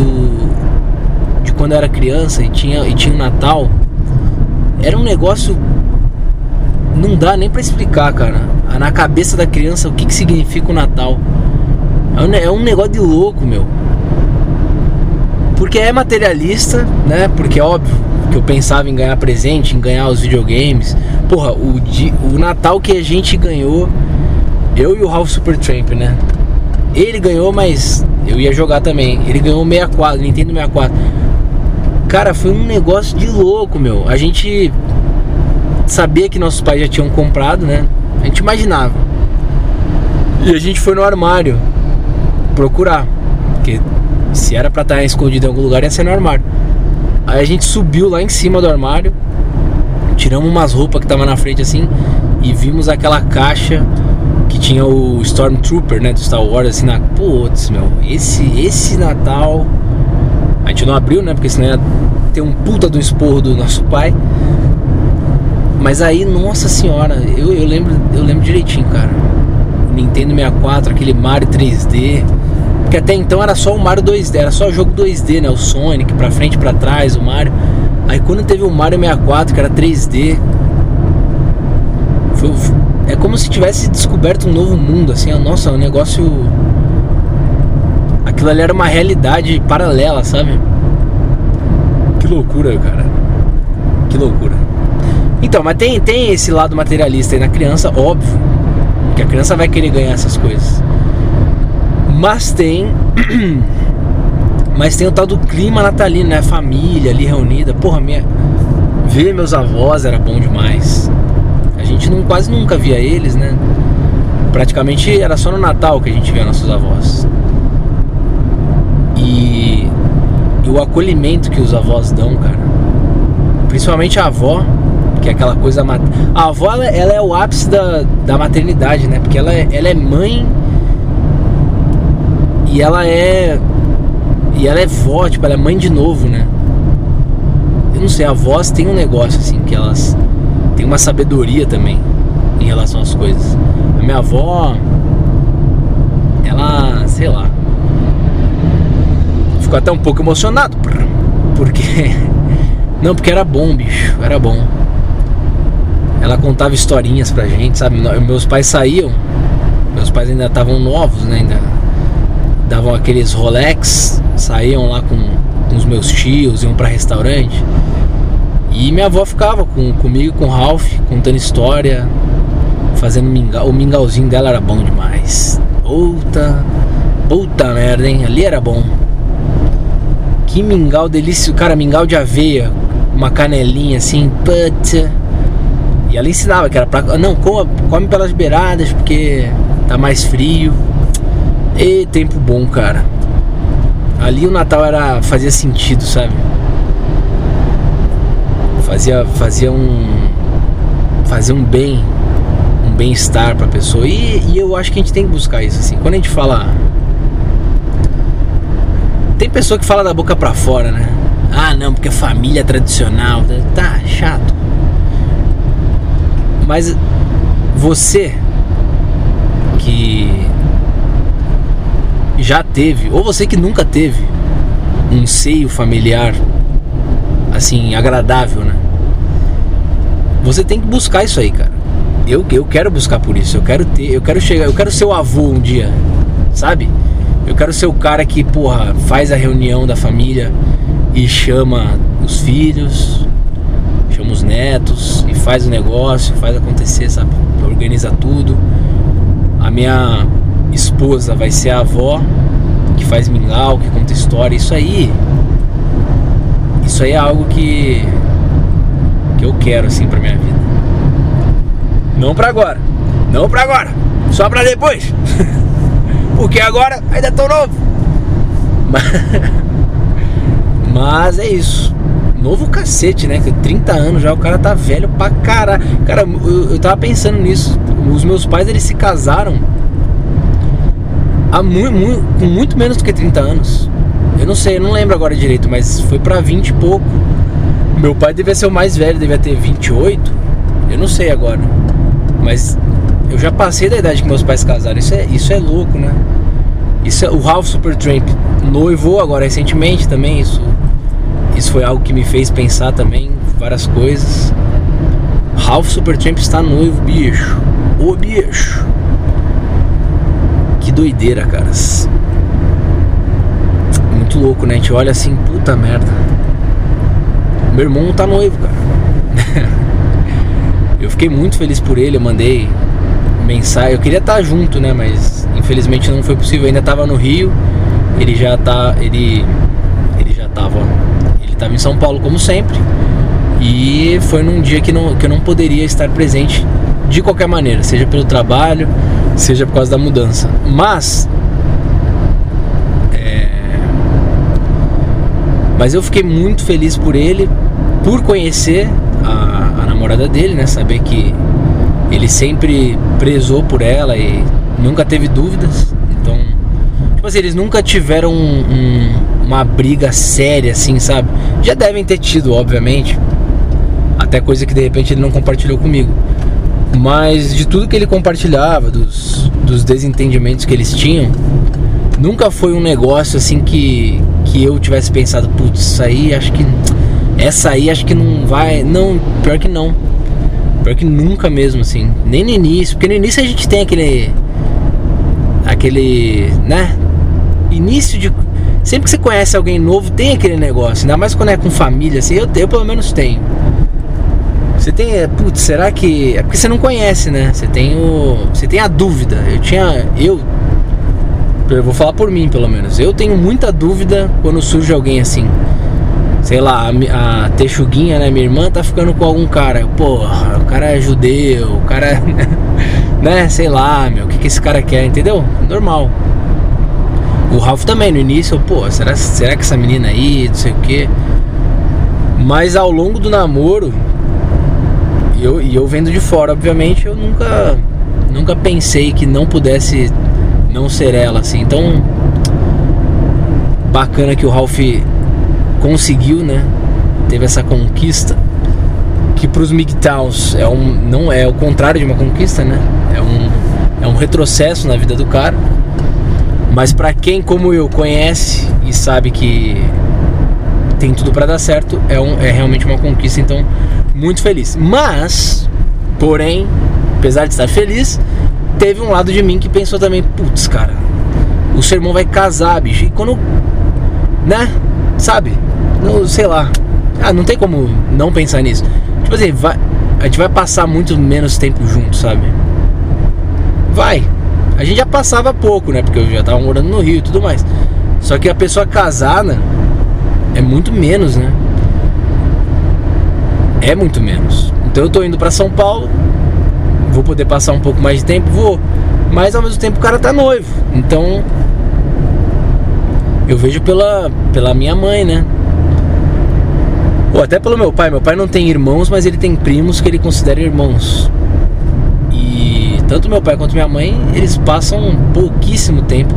de quando eu era criança e tinha um Natal. Era um negócio, não dá nem pra explicar, cara. Na cabeça da criança, o que significa o Natal. É um negócio de louco, meu. Porque é materialista, né? Porque é óbvio que eu pensava em ganhar presente, em ganhar os videogames. Porra, o Natal que a gente ganhou, eu e o Ralph Supertramp, né? Ele ganhou, mas eu ia jogar também. Ele ganhou o 64, Nintendo 64. Cara, foi um negócio de louco, meu. A gente sabia que nossos pais já tinham comprado, né? A gente imaginava. E a gente foi no armário procurar, porque se era pra estar escondido em algum lugar, ia ser no armário. Aí a gente subiu lá em cima do armário, tiramos umas roupas que tava na frente assim, e vimos aquela caixa que tinha o Stormtrooper, né, do Star Wars, assim, putz, meu, esse Natal a gente não abriu, né, porque senão ia ter um puta do esporro do nosso pai. Mas aí, nossa senhora, eu lembro direitinho, cara. O Nintendo 64, aquele Mario 3D, porque até então era só o Mario 2D, era só o jogo 2D, né, o Sonic, pra frente, pra trás, o Mario. Aí quando teve o Mario 64, que era 3D, é como se tivesse descoberto um novo mundo, assim, nossa, um negócio... Aquilo ali era uma realidade paralela, sabe? Que loucura, cara. Que loucura. Então, mas tem esse lado materialista aí na criança, óbvio, que a criança vai querer ganhar essas coisas. Mas tem o tal do clima natalino, né? Família ali reunida. Porra, ver meus avós era bom demais. A gente quase nunca via eles, né? Praticamente era só no Natal que a gente via nossos avós. E o acolhimento que os avós dão, cara. Principalmente a avó, que é aquela coisa... A avó, ela é o ápice da maternidade, né? Porque ela é mãe... E ela é vó, tipo, ela é mãe de novo, né? Eu não sei, avós tem um negócio assim, que elas têm uma sabedoria também em relação às coisas. A minha avó, ela, sei lá, ficou até um pouco emocionado, porque... Não, porque era bom, bicho, era bom. Ela contava historinhas pra gente, sabe? Meus pais saíam, meus pais ainda estavam novos, né? Ainda davam aqueles Rolex, saíam lá com os meus tios, iam pra restaurante. E minha avó ficava comigo, com o Ralph, contando história, fazendo mingau. O mingauzinho dela era bom demais. Puta merda, hein? Ali era bom. Que mingau delicioso. Cara, mingau de aveia, uma canelinha assim, puta. E ela ensinava que era pra... Não, come pelas beiradas, porque tá mais frio. E tempo bom, cara. Ali o Natal fazia sentido, sabe? Fazia um bem-estar pra pessoa. E eu acho que a gente tem que buscar isso, assim. Quando a gente fala... Tem pessoa que fala da boca pra fora, né? Ah, não, porque família tradicional. Tá, chato. Mas você que já teve, ou você que nunca teve um seio familiar assim, agradável, né? Você tem que buscar isso aí, cara. Eu quero buscar por isso. Eu quero ser o avô um dia, sabe? Eu quero ser o cara que, porra, faz a reunião da família e chama os filhos, chama os netos e faz o negócio, faz acontecer, sabe? Organiza tudo. A minha esposa vai ser a avó que faz mingau, que conta história. Isso aí é algo que eu quero, assim, pra minha vida. Não pra agora, só pra depois. Porque agora ainda tô novo. Mas é isso. Novo cacete, né? 30 anos já, o cara tá velho pra caralho. Cara, eu tava pensando nisso. Os meus pais, eles se casaram com muito menos do que 30 anos. Eu não sei, eu não lembro agora direito, mas foi pra 20 e pouco. Meu pai devia ser o mais velho, devia ter 28. Eu não sei agora. Mas eu já passei da idade que meus pais casaram. Isso é louco, né? O Ralph Supertramp noivou agora recentemente também. Isso foi algo que me fez pensar também várias coisas. Ralph Supertramp está noivo, bicho. Ô, bicho. Que doideira, caras. Muito louco, né? A gente olha assim, puta merda. Meu irmão não tá noivo, cara. Eu fiquei muito feliz por ele. Eu mandei mensagem. Eu queria estar junto, né? Mas infelizmente não foi possível. Eu ainda tava no Rio. Ele tava em São Paulo como sempre. E foi num dia que eu não poderia estar presente de qualquer maneira, seja pelo trabalho, seja por causa da mudança. Mas eu fiquei muito feliz por ele, por conhecer a namorada dele, né? Saber que ele sempre prezou por ela e nunca teve dúvidas. Então, tipo assim, eles nunca tiveram uma briga séria, assim, sabe? Já devem ter tido, obviamente. Até coisa que de repente ele não compartilhou comigo. Mas de tudo que ele compartilhava, dos desentendimentos que eles tinham, nunca foi um negócio assim que eu tivesse pensado, putz, essa aí acho que não vai. Não, pior que não. Pior que nunca mesmo, assim. Nem no início. Porque no início a gente tem aquele, né? Início de... Sempre que você conhece alguém novo, tem aquele negócio. Ainda mais quando é com família, assim. Eu pelo menos tenho. Você tem... Putz, será que... É porque você não conhece, né? Você tem a dúvida. Eu vou falar por mim, pelo menos. Eu tenho muita dúvida quando surge alguém assim. Sei lá, a Texuguinha, né? Minha irmã tá ficando com algum cara. Porra, o cara é judeu, o cara... né? Sei lá, meu. O que esse cara quer, entendeu? Normal. O Ralph também, no início, pô, será que essa menina aí, não sei o que. Mas ao longo do namoro, eu vendo de fora, obviamente, eu nunca pensei que não pudesse não ser ela, assim. Então, bacana que o Ralph conseguiu, né? Teve essa conquista, que pros MGTOWs não é o contrário de uma conquista, né? É um retrocesso na vida do cara. Mas pra quem, como eu, conhece e sabe que tem tudo pra dar certo, é realmente uma conquista. Então, muito feliz. Mas, porém, apesar de estar feliz, teve um lado de mim que pensou também, putz, cara, o seu irmão vai casar, bicho. E quando, né, sabe, não, sei lá, não tem como não pensar nisso. Tipo assim, a gente vai passar muito menos tempo juntos, sabe? A gente já passava pouco, né? Porque eu já tava morando no Rio e tudo mais. Só que a pessoa casada é muito menos, né? É muito menos. Então eu tô indo pra São Paulo, vou poder passar um pouco mais de tempo, vou. Mas ao mesmo tempo o cara tá noivo. Então eu vejo pela minha mãe, né? Ou até pelo meu pai. Meu pai não tem irmãos, mas ele tem primos que ele considera irmãos. E tanto meu pai quanto minha mãe, eles passam pouquíssimo tempo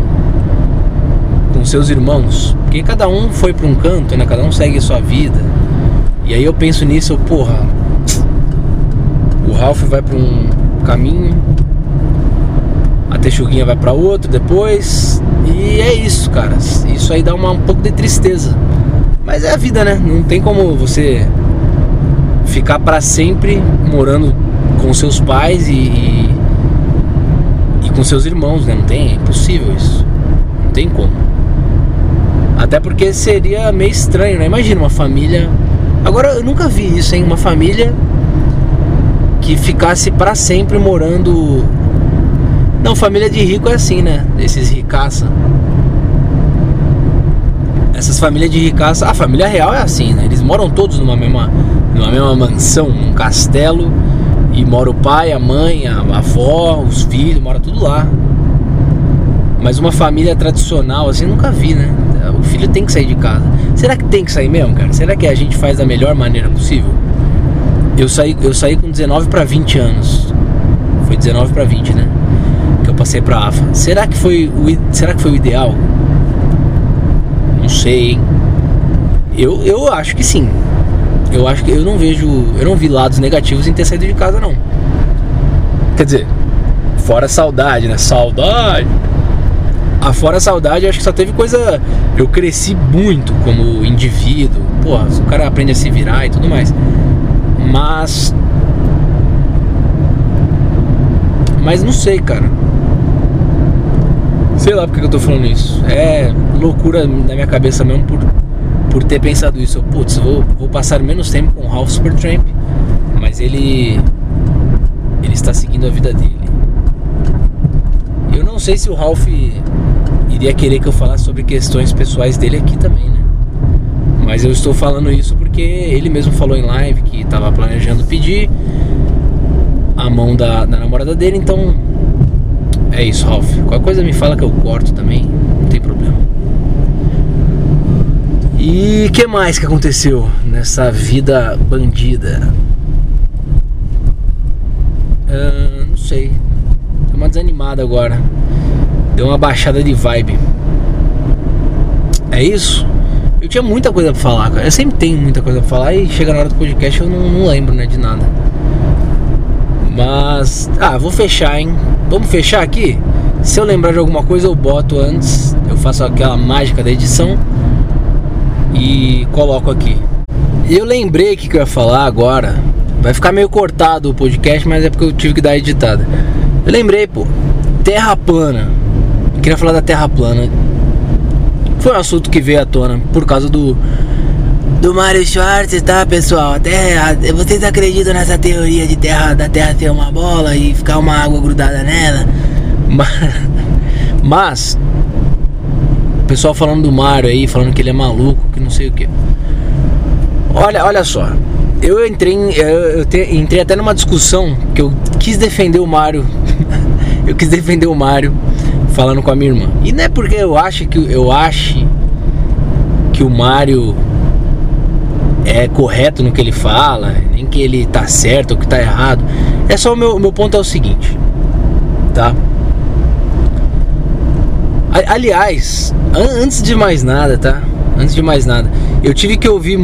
com seus irmãos. Porque cada um foi pra um canto, né? Cada um segue a sua vida. E aí eu penso nisso, porra, o Ralph vai pra um caminho, a Texuguinha vai pra outro depois. E é isso, cara. Isso aí dá um pouco de tristeza. Mas é a vida, né? Não tem como você ficar pra sempre morando com seus pais e com seus irmãos, né? Não tem, é impossível isso. Não tem como. Até porque seria meio estranho, né? Imagina uma família... Agora, eu nunca vi isso, hein? Uma família que ficasse pra sempre morando... Não, família de rico é assim, né? Esses ricaça. Essas famílias de ricaça... A família real é assim, né? Eles moram todos numa mesma mansão, num castelo. E mora o pai, a mãe, a avó, os filhos, mora tudo lá. Mas uma família tradicional, assim, nunca vi, né? O filho tem que sair de casa. Será que tem que sair mesmo, cara? Será que a gente faz da melhor maneira possível? Eu saí com 19 para 20 anos. Foi 19 para 20, né? Que eu passei pra AFA. Será que foi o ideal? Não sei, hein? Eu acho que sim. Eu acho que eu não vi lados negativos em ter saído de casa, não. Quer dizer, fora saudade, né? Saudade. Fora saudade, eu acho que só teve coisa... Eu cresci muito como indivíduo. Porra, o cara aprende a se virar e tudo mais. Mas não sei, cara. Sei lá porque que eu tô falando isso. É loucura na minha cabeça mesmo por ter pensado isso. Putz, vou passar menos tempo com o Ralph Supertramp, mas ele está seguindo a vida dele. Eu não sei se o Ralph iria querer que eu falasse sobre questões pessoais dele aqui também, né? Mas eu estou falando isso porque ele mesmo falou em live que estava planejando pedir a mão da namorada dele. Então é isso, Ralph. Qualquer coisa me fala que eu corto também, não tem problema. E o que mais que aconteceu nessa vida bandida? Não sei. Deu uma desanimada agora. Deu uma baixada de vibe. É isso? Eu tinha muita coisa pra falar, cara. Eu sempre tenho muita coisa pra falar e chega na hora do podcast eu não lembro, né, de nada. Mas... vou fechar, hein? Vamos fechar aqui? Se eu lembrar de alguma coisa eu boto antes. Eu faço aquela mágica da edição e coloco aqui. Eu lembrei que eu ia falar agora. Vai ficar meio cortado o podcast, mas é porque eu tive que dar a editada. Eu lembrei, pô. Terra plana. Eu queria falar da Terra plana. Foi um assunto que veio à tona por causa do Mário Schwartz, tá, pessoal? Vocês acreditam nessa teoria de da Terra ser uma bola e ficar uma água grudada nela? Mas o pessoal falando do Mário aí, falando que ele é maluco, que não sei o que. Olha só. Eu entrei até numa discussão que eu quis defender o Mário. Eu quis defender o Mário falando com a minha irmã. E não é porque eu ache que o Mário é correto no que ele fala, nem que ele tá certo ou que tá errado. É só o meu ponto é o seguinte, tá? Aliás, antes de mais nada, tá? Antes de mais nada, eu tive que ouvir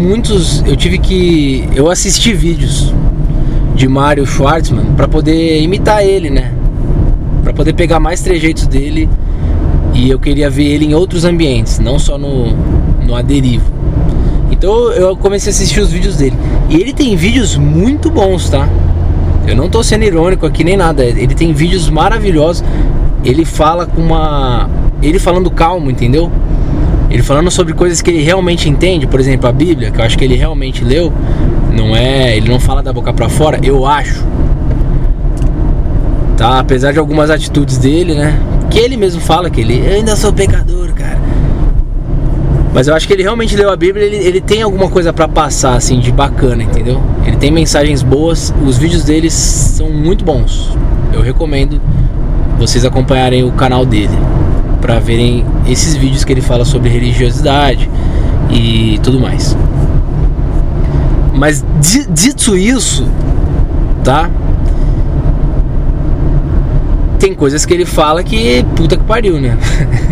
eu assisti vídeos de Mário Schwartzman pra poder imitar ele, né? Pra poder pegar mais trejeitos dele. E eu queria ver ele em outros ambientes, não só no A Deriva. Então eu comecei a assistir os vídeos dele. E ele tem vídeos muito bons, tá? Eu não tô sendo irônico aqui nem nada. Ele tem vídeos maravilhosos. Ele fala ele falando calmo, entendeu? Ele falando sobre coisas que ele realmente entende. Por exemplo, a Bíblia, que eu acho que ele realmente leu. Ele não fala da boca pra fora, eu acho. Tá? Apesar de algumas atitudes dele, né? Que ele mesmo fala que eu ainda sou pecador, cara. Mas eu acho que ele realmente leu a Bíblia. Ele tem alguma coisa pra passar, assim, de bacana, entendeu? Ele tem mensagens boas. Os vídeos deles são muito bons. Eu recomendo vocês acompanharem o canal dele pra verem esses vídeos que ele fala sobre religiosidade e tudo mais. Mas dito isso, tá? Tem coisas que ele fala que puta que pariu, né?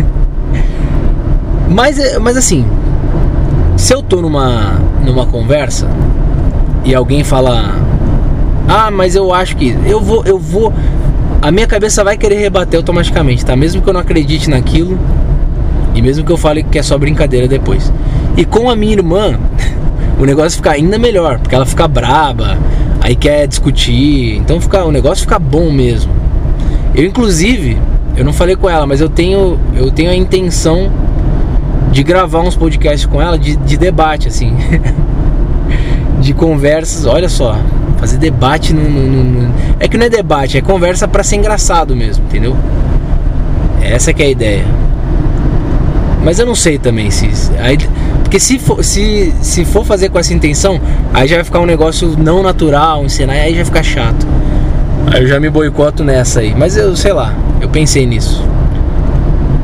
Mas assim, se eu tô numa conversa e alguém fala: mas eu acho que eu vou a minha cabeça vai querer rebater automaticamente, tá? Mesmo que eu não acredite naquilo e mesmo que eu fale que é só brincadeira depois. E com a minha irmã o negócio fica ainda melhor, porque ela fica braba, aí quer discutir, então o negócio fica bom mesmo. Eu, inclusive, eu não falei com ela, mas eu tenho a intenção de gravar uns podcasts com ela de debate, assim. De conversas, olha só. Fazer debate é que não é debate, é conversa pra ser engraçado mesmo, entendeu? Essa que é a ideia. Mas eu não sei também porque se for fazer com essa intenção, aí já vai ficar um negócio não natural, encenar, aí já vai ficar chato. Aí eu já me boicoto nessa aí. Mas eu sei lá, eu pensei nisso.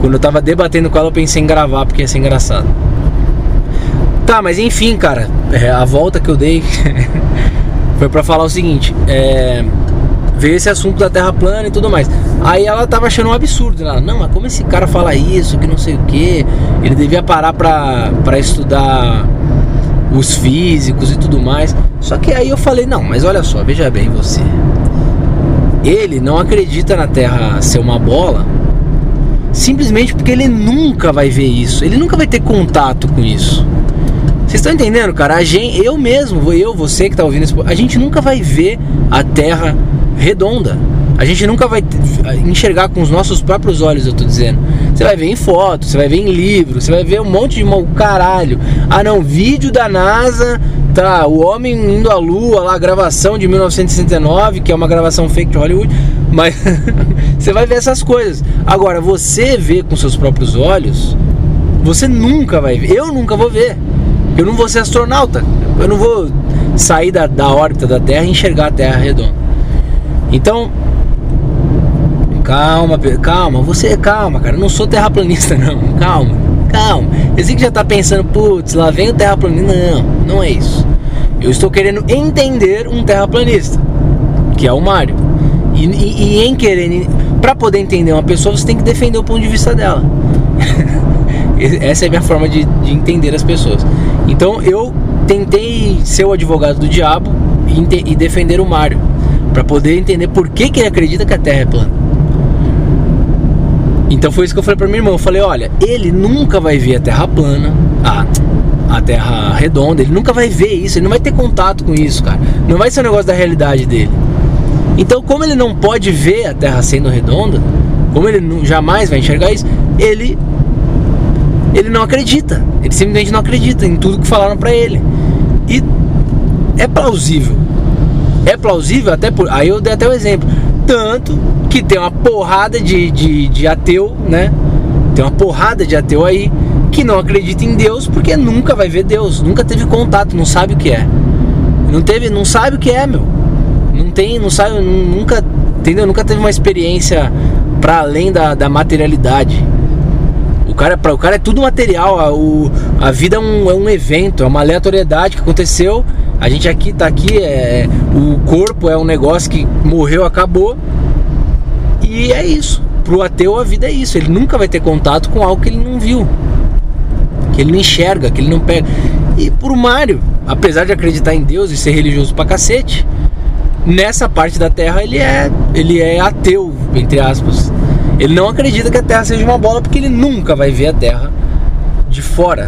Quando eu tava debatendo com ela, eu pensei em gravar, porque ia ser engraçado. Tá, mas enfim, cara, a volta que eu dei foi pra falar o seguinte, veio esse assunto da Terra plana e tudo mais. Aí ela tava achando um absurdo, ela, não, mas como esse cara fala isso, que não sei o que, ele devia parar pra estudar os físicos e tudo mais. Só que aí eu falei, não, mas olha só, veja bem você, ele não acredita na Terra ser uma bola simplesmente porque ele nunca vai ver isso, ele nunca vai ter contato com isso. Vocês estão entendendo, cara? Eu mesmo, você que tá ouvindo isso, a gente nunca vai ver a Terra redonda. A gente nunca vai enxergar com os nossos próprios olhos, eu tô dizendo. Você vai ver em fotos, você vai ver em livros, você vai ver um monte de caralho. Ah não, vídeo da NASA, tá, o homem indo à Lua, lá, a gravação de 1969, que é uma gravação fake de Hollywood. Mas você vai ver essas coisas. Agora, você vê com seus próprios olhos, você nunca vai ver. Eu nunca vou ver. Eu não vou ser astronauta. Eu não vou sair da órbita da Terra e enxergar a Terra redonda. Então, calma, cara. Eu não sou terraplanista, não. Calma. Eu sei que já tá pensando, putz, lá vem o terraplanista. Não é isso. Eu estou querendo entender um terraplanista, que é o Mário. E em querer, pra poder entender uma pessoa, você tem que defender o ponto de vista dela. Essa é a minha forma de entender as pessoas. Então eu tentei ser o advogado do diabo e defender o Mário, para poder entender por que ele acredita que a Terra é plana. Então foi isso que eu falei pra minha irmã. Eu falei, olha, ele nunca vai ver a Terra plana, a Terra redonda. Ele nunca vai ver isso, ele não vai ter contato com isso, cara. Não vai ser um negócio da realidade dele. Então, como ele não pode ver a Terra sendo redonda, como ele jamais vai enxergar isso, ele não acredita. Ele simplesmente não acredita em tudo que falaram pra ele. E é plausível. É plausível até por... Aí eu dei até o exemplo. Tanto que tem uma porrada de ateu, né? Tem uma porrada de ateu aí que não acredita em Deus porque nunca vai ver Deus. Nunca teve contato, não sabe o que é. Não sabe o que é, meu. Não sabe, nunca, entendeu? Nunca teve uma experiência pra além da materialidade. Para o cara é tudo material. A vida é um evento, é uma aleatoriedade que aconteceu. A gente tá aqui, o corpo é um negócio que morreu, acabou. E é isso. Pro ateu a vida é isso. Ele nunca vai ter contato com algo que ele não viu, que ele não enxerga, que ele não pega. E pro Mário, apesar de acreditar em Deus e ser religioso pra cacete, nessa parte da Terra ele é ateu, entre aspas. Ele não acredita que a Terra seja uma bola porque ele nunca vai ver a Terra de fora.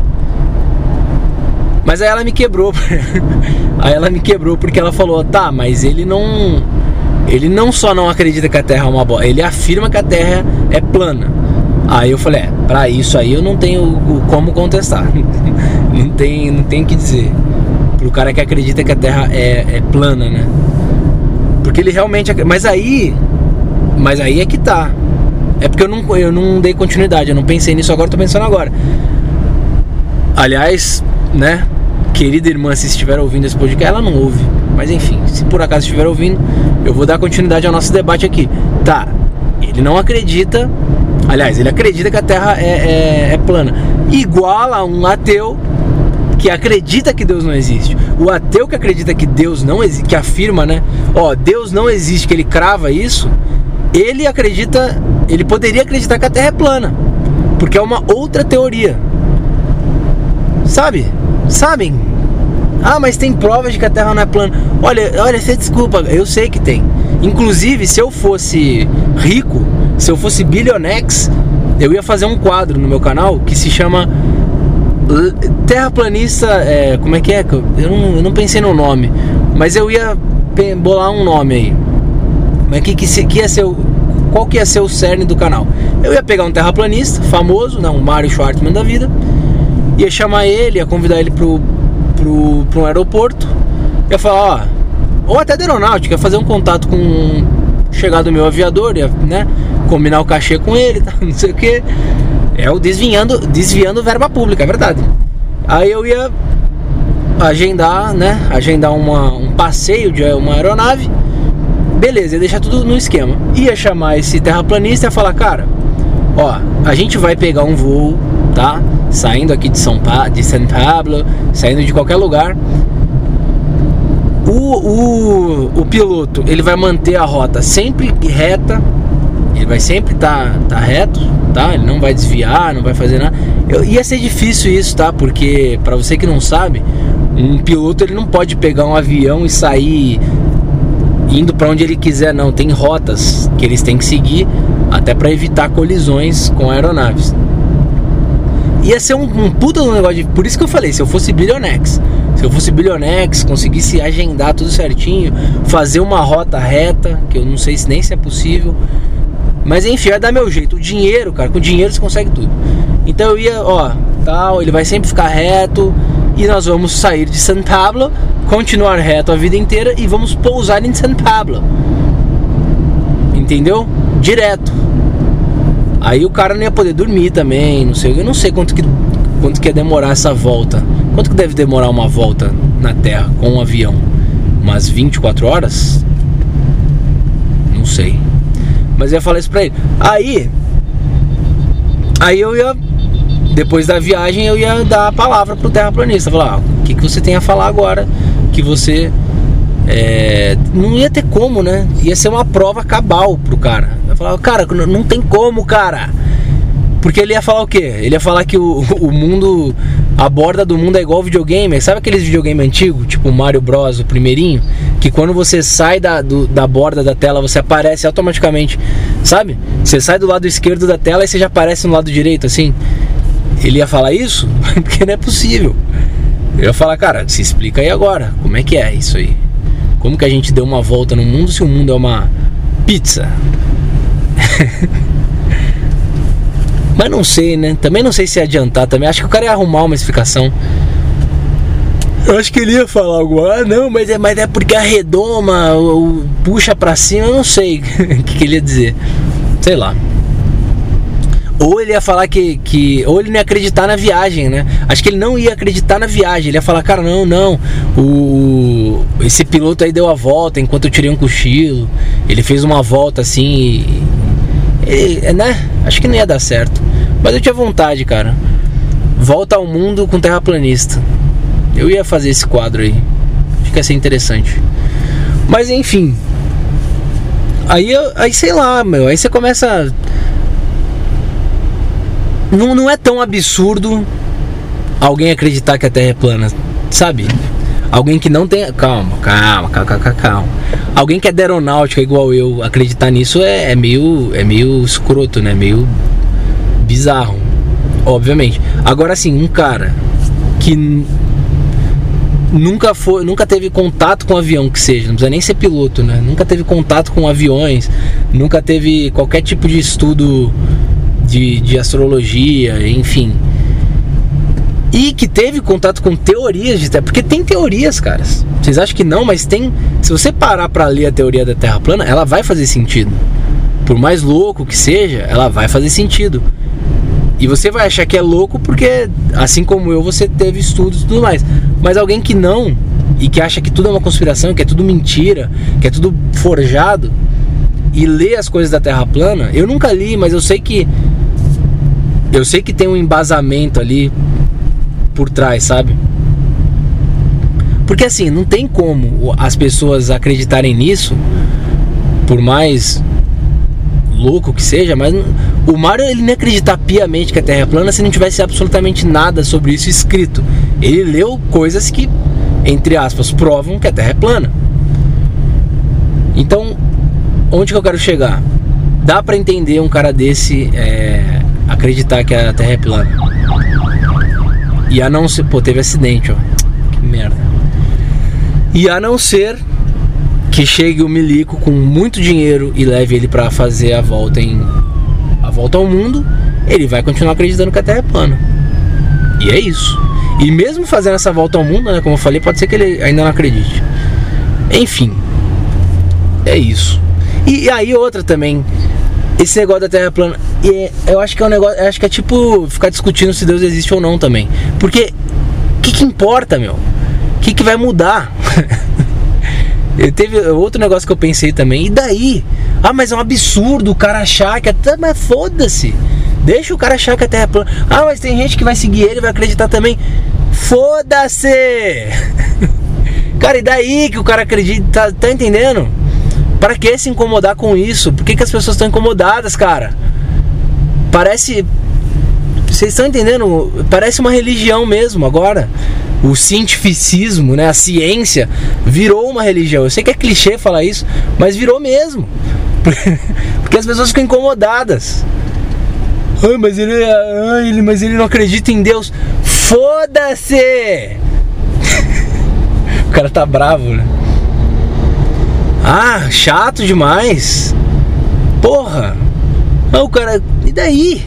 Mas aí ela me quebrou. Porque ela falou, tá, mas ele não só não acredita que a Terra é uma bola, ele afirma que a Terra é plana. Aí eu falei, pra isso aí eu não tenho como contestar. Não tem o que dizer pro cara que acredita que a Terra é plana, né? Porque ele realmente... Mas aí é que tá. É porque eu não dei continuidade. Eu não pensei nisso agora, tô pensando agora. Aliás, né, querida irmã, se estiver ouvindo esse podcast, ela não ouve, mas enfim, se por acaso estiver ouvindo, eu vou dar continuidade ao nosso debate aqui. Tá, ele não acredita. Aliás, ele acredita que a Terra é plana, igual a um ateu que acredita que Deus não existe. O ateu que acredita que Deus não existe, que afirma, né, Deus não existe, que ele crava isso, ele poderia acreditar que a Terra é plana, porque é uma outra teoria. Sabem? Ah, mas tem provas de que a Terra não é plana. Olha, você desculpa, eu sei que tem. Inclusive, se eu fosse rico, se eu fosse bilionex, eu ia fazer um quadro no meu canal que se chama Terraplanista, como é que é? Eu não pensei no nome, mas eu ia bolar um nome aí. Mas que ia ser qual que ia ser o cerne do canal? Eu ia pegar um terraplanista famoso, né, um Mário Schwartzman da vida, ia chamar ele, ia convidar ele pro um aeroporto, ia falar, ou até da aeronáutica, ia fazer um contato com um chegado meu aviador, ia, né, combinar o cachê com ele, tá, não sei o que. É o desviando verba pública, é verdade. Aí eu ia agendar um passeio de uma aeronave. Beleza, ia deixar tudo no esquema. Ia chamar esse terraplanista e ia falar, cara, Ó, a gente vai pegar um voo, tá? Saindo aqui de San Pablo, saindo de qualquer lugar. O piloto, ele vai manter a rota sempre reta. Ele vai sempre tá reto, tá? Ele não vai desviar, não vai fazer nada. Ia ser difícil isso, tá? Porque, pra você que não sabe, um piloto ele não pode pegar um avião e sair indo pra onde ele quiser, não. Tem rotas que eles têm que seguir, até pra evitar colisões com aeronaves. Ia ser um puta do negócio por isso que eu falei, se eu fosse bilionex, conseguisse agendar tudo certinho, fazer uma rota reta, que eu não sei nem se é possível, mas enfim, vai dar meu jeito. O dinheiro, cara, com dinheiro você consegue tudo. Então eu ia, ó, tal, ele vai sempre ficar reto, e nós vamos sair de San Pablo, continuar reto a vida inteira e vamos pousar em San Pablo, entendeu? Direto. Aí o cara não ia poder dormir também, não sei, eu não sei quanto que ia demorar essa volta. Quanto que deve demorar uma volta na Terra com um avião? Umas 24 horas? Não sei. Mas eu ia falar isso pra ele. Aí eu ia, depois da viagem, eu ia dar a palavra pro terraplanista. Falar, o que você tem a falar agora? Que você... não ia ter como, né? Ia ser uma prova cabal pro cara. Eu falava, cara, não tem como, cara. Porque ele ia falar o quê? Ele ia falar que o mundo, a borda do mundo é igual videogame. Sabe aqueles videogames antigos, tipo o Mario Bros, o primeirinho? Que quando você sai da borda da tela, você aparece automaticamente, sabe? Você sai do lado esquerdo da tela e você já aparece no lado direito, assim. Ele ia falar isso? Porque não é possível. Eu ia falar, cara, se explica aí agora. Como é que é isso aí? Como que a gente deu uma volta no mundo se o mundo é uma pizza? Mas não sei, né? Também não sei se ia adiantar também. Acho que o cara ia arrumar uma explicação. Eu acho que ele ia falar algo. Ah, não, mas é porque a redoma puxa pra cima. Eu não sei o que ele ia dizer. Sei lá. Ou ele ia falar ou ele não ia acreditar na viagem, né? Acho que ele não ia acreditar na viagem. Ele ia falar, cara, não. Esse piloto aí deu a volta enquanto eu tirei um cochilo. Ele fez uma volta assim né? Acho que não ia dar certo. Mas eu tinha vontade, cara. Volta ao mundo com terraplanista. Eu ia fazer esse quadro aí. Acho que ia ser interessante. Mas enfim. Aí sei lá, meu. Aí você começa... Não é tão absurdo alguém acreditar que a Terra é plana, sabe? Alguém que não tem... Calma. Alguém que é da aeronáutica igual eu, acreditar nisso é meio escroto, né? Meio bizarro, obviamente. Agora sim, um cara que nunca teve contato com avião, que seja, não precisa nem ser piloto, né? Nunca teve contato com aviões, nunca teve qualquer tipo de estudo de astrologia, enfim, e que teve contato com teorias de Terra, porque tem teorias, caras. Vocês acham que não, mas tem. Se você parar pra ler a teoria da Terra plana, ela vai fazer sentido. Por mais louco que seja, ela vai fazer sentido. E você vai achar que é louco porque, assim como eu, você teve estudos e tudo mais. Mas alguém que não, e que acha que tudo é uma conspiração, que é tudo mentira, que é tudo forjado, e lê as coisas da Terra plana, eu nunca li, mas eu sei que tem um embasamento ali por trás, sabe? Porque assim, não tem como as pessoas acreditarem nisso, por mais louco que seja, mas o Mário, ele não ia acreditar piamente que a Terra é plana se não tivesse absolutamente nada sobre isso escrito. Ele leu coisas que, entre aspas, provam que a Terra é plana. Então, onde que eu quero chegar? Dá pra entender um cara desse acreditar que a Terra é plana. E a não ser... Pô, teve acidente, ó. Que merda. E a não ser que chegue o milico com muito dinheiro e leve ele pra fazer a volta ao mundo, ele vai continuar acreditando que a Terra é plana. E é isso. E mesmo fazendo essa volta ao mundo, né, como eu falei, pode ser que ele ainda não acredite. Enfim, é isso. E aí outra também, esse negócio da Terra plana, eu acho que é um negócio, acho que é tipo ficar discutindo se Deus existe ou não também. Porque o que importa, meu? O que vai mudar? Teve outro negócio que eu pensei também. E daí? Ah, mas é um absurdo o cara achar que até... Mas foda-se. Deixa o cara achar que a Terra é plana. Ah, mas tem gente que vai seguir ele, vai acreditar também. Foda-se! Cara, e daí que o cara acredita? Tá entendendo? Para que se incomodar com isso? Por que as pessoas estão incomodadas, cara? Parece... Vocês estão entendendo? Parece uma religião mesmo agora. O cientificismo, né? A ciência virou uma religião. Eu sei que é clichê falar isso, mas virou mesmo. Porque as pessoas ficam incomodadas. Ai, mas ele não acredita em Deus. Foda-se! O cara tá bravo, né? Ah, chato demais. Porra. Ah, o cara... E daí?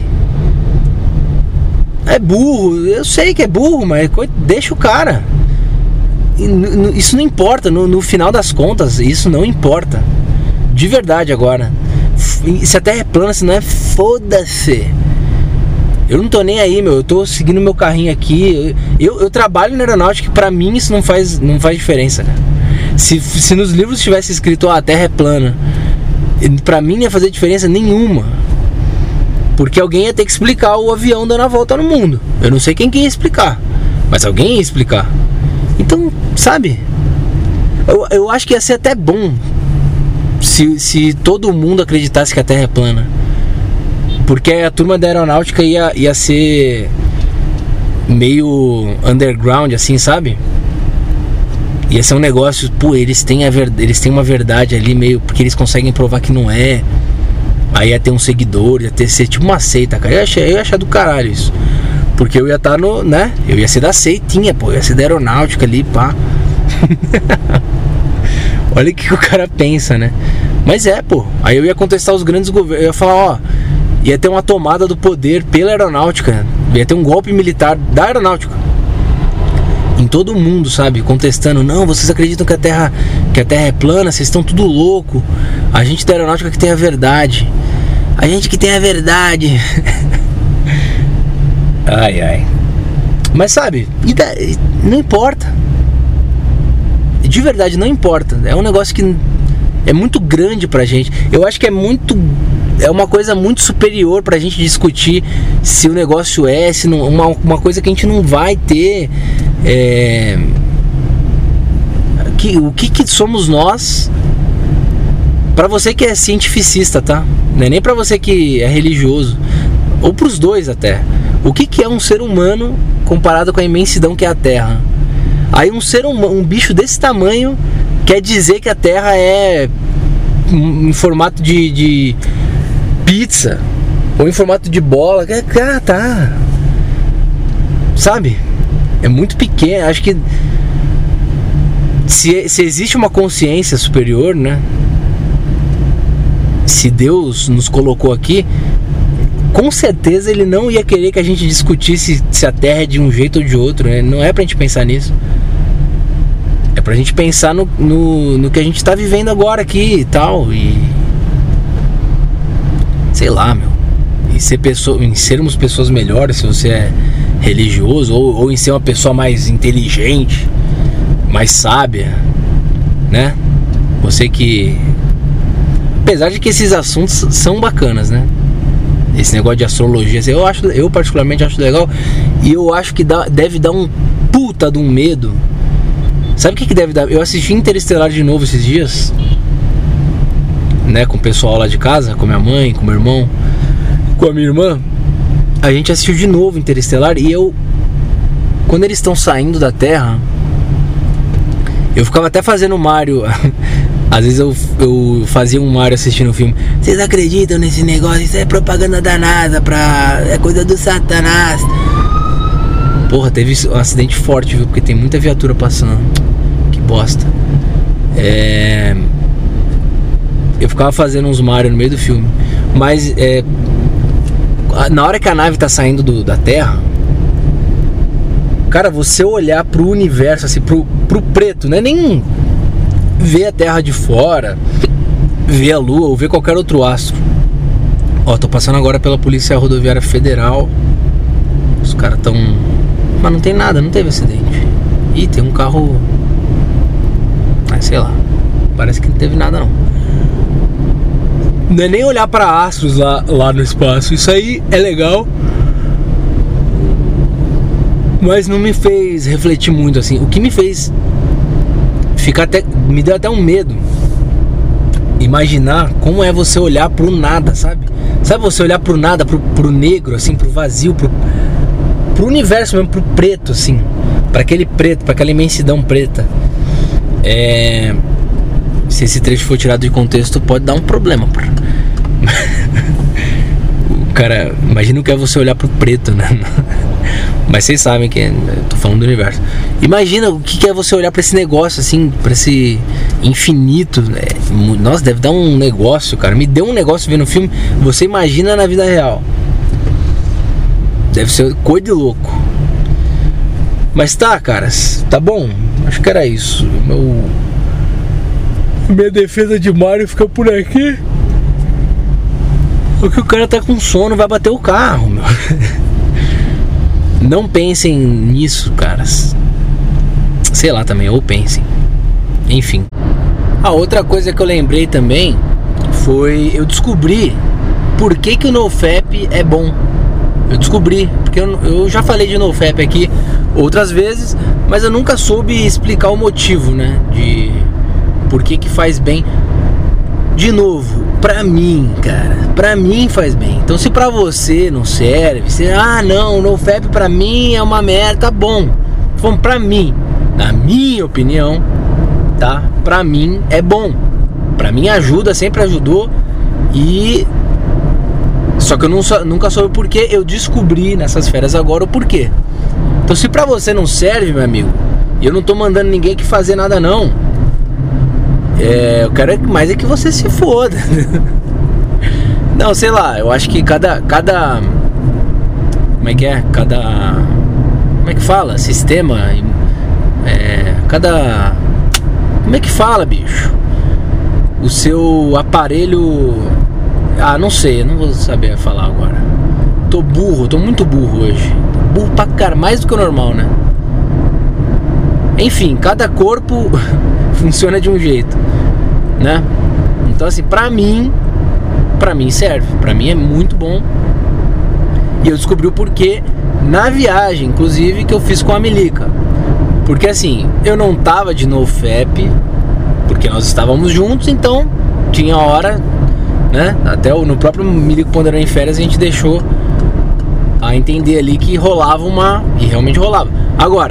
É burro. Eu sei que é burro, mas deixa o cara. Isso não importa. No final das contas, isso não importa. De verdade agora. Se a Terra é plana, se não é, foda-se. Eu não tô nem aí, meu. Eu tô seguindo meu carrinho aqui. Eu trabalho na aeronáutica, pra mim isso não faz diferença, cara. Se nos livros tivesse escrito, a Terra é plana, pra mim não ia fazer diferença nenhuma. Porque alguém ia ter que explicar o avião dando a volta no mundo. Eu não sei quem que ia explicar, mas alguém ia explicar. Então, sabe? Eu acho que ia ser até bom se todo mundo acreditasse que a Terra é plana. Porque a turma da aeronáutica ia ser meio underground, assim, sabe? Ia ser um negócio, pô, eles têm uma verdade ali meio... Porque eles conseguem provar que não é. Aí ia ter um seguidor, ia ser tipo uma seita, cara. Eu ia achar do caralho isso. Porque eu ia estar no, né? Eu ia ser da seitinha, pô. Eu ia ser da aeronáutica ali, pá. Olha o que o cara pensa, né? Mas pô. Aí eu ia contestar os grandes governos. Eu ia falar, ó... Ia ter uma tomada do poder pela aeronáutica. Ia ter um golpe militar da aeronáutica em todo mundo, sabe? Contestando, não, vocês acreditam que a Terra é plana, vocês estão tudo louco. A gente da aeronáutica que tem a verdade. A gente que tem a verdade. Ai. Mas sabe, não importa. De verdade, não importa. É um negócio que é muito grande pra gente. Eu acho que é uma coisa muito superior pra gente discutir se o negócio se não, uma coisa que a gente não vai ter. O que somos nós? Pra você que é cientificista, tá? Não é nem pra você que é religioso, ou pros dois até. O que é um ser humano comparado com a imensidão que é a Terra? Aí um bicho desse tamanho quer dizer que a Terra é em formato de pizza ou em formato de bola. Cara, tá. Sabe? É muito pequeno. Acho que se existe uma consciência superior, né? Se Deus nos colocou aqui, com certeza ele não ia querer que a gente discutisse se a Terra é de um jeito ou de outro, né? Não é pra gente pensar nisso. É pra gente pensar no que a gente tá vivendo agora aqui e tal. E sei lá, meu. Em sermos pessoas melhores, se você é religioso, ou em ser uma pessoa mais inteligente, mais sábia, né? Você que... Apesar de que esses assuntos são bacanas, né? Esse negócio de astrologia, eu particularmente acho legal. E eu acho que deve dar um puta de um medo. Sabe o que deve dar? Eu assisti Interestelar de novo esses dias, né, com o pessoal lá de casa, com minha mãe, com meu irmão, com a minha irmã. A gente assistiu de novo Interestelar. E quando eles estão saindo da Terra, eu ficava até fazendo Mario. Às vezes eu fazia um Mario assistindo o filme. Vocês acreditam nesse negócio? Isso é propaganda da NASA, é coisa do Satanás. Porra, teve um acidente forte, viu? Porque tem muita viatura passando. Que bosta. Eu ficava fazendo uns Mario no meio do filme. Mas na hora que a nave tá saindo da Terra, cara, você olhar pro universo, assim, pro preto, não é nem ver a Terra de fora, ver a Lua ou ver qualquer outro astro. Ó, tô passando agora pela Polícia Rodoviária Federal. Os caras tão... Mas não tem nada, não teve acidente. Ih, tem um carro... sei lá, parece que não teve nada não. não é nem olhar para astros lá no espaço. Isso aí é legal, mas não me fez refletir muito assim. O que me fez me deu até um medo imaginar como é você olhar pro nada, sabe? Sabe você olhar pro nada, pro negro, assim, pro vazio, pro universo mesmo, pro preto, assim, para aquele preto, para aquela imensidão preta. Se esse trecho for tirado de contexto, pode dar um problema, cara. O cara, imagina o que é você olhar pro preto, né? Mas vocês sabem que eu tô falando do universo. Imagina o que é você olhar pra esse negócio, assim, pra esse infinito, né? Nossa, deve dar um negócio, cara. Me deu um negócio vendo o filme. Você imagina na vida real. Deve ser coisa de louco. Mas tá, caras, tá bom. Acho que era isso. Minha defesa de Mario fica por aqui. Porque o cara tá com sono, vai bater o carro, meu. Não pensem nisso, caras. Sei lá também, ou pensem. Enfim. A outra coisa que eu lembrei também foi... Eu descobri por que o NoFap é bom. Eu descobri, porque eu já falei de NoFap aqui outras vezes, mas eu nunca soube explicar o motivo, né? De por que faz bem. De novo, pra mim, cara, pra mim faz bem. Então se pra você não serve, não, o NoFap pra mim é uma merda, tá bom. Falando pra mim, na minha opinião, tá? Pra mim é bom. Pra mim ajuda, sempre ajudou. Só que eu nunca soube o porquê. Eu descobri nessas férias agora o porquê. Então se pra você não serve, meu amigo, e eu não tô mandando ninguém que fazer nada não, eu quero mais que você se foda. Não, sei lá, eu acho que cada como é que é? Como é que fala? Sistema, como é que fala, bicho? O seu aparelho... não sei, não vou saber falar agora. Tô muito burro hoje. Burro pra caralho, mais do que o normal, né? Enfim, cada corpo funciona de um jeito, né? Então assim, pra mim serve. Pra mim é muito bom. E eu descobri o porquê na viagem, inclusive, que eu fiz com a Milica. Porque assim, eu não tava de NoFap, porque nós estávamos juntos, então tinha hora, né? Até no próprio Milico Ponderão em Férias a gente deixou a entender ali que rolava e realmente rolava. Agora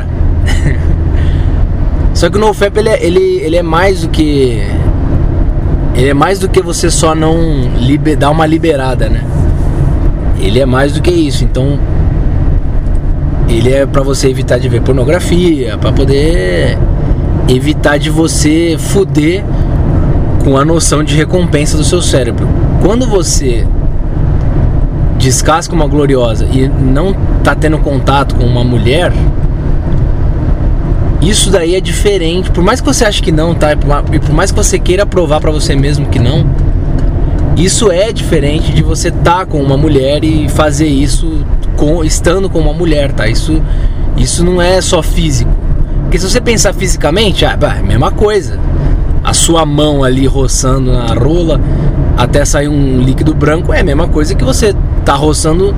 só que o NoFap ele é mais do que... Ele é mais do que você só não dar uma liberada, né? Ele é mais do que isso. Então ele é pra você evitar de ver pornografia, pra poder evitar de você fuder com a noção de recompensa do seu cérebro. Quando você descasca uma gloriosa e não tá tendo contato com uma mulher, isso daí é diferente. Por mais que você ache que não, tá? E por mais que você queira provar pra você mesmo que não, isso é diferente de você tá com uma mulher e fazer isso estando com uma mulher, tá? Isso não é só físico. Porque se você pensar fisicamente, é a mesma coisa. A sua mão ali roçando na rola até sair um líquido branco é a mesma coisa que você tá roçando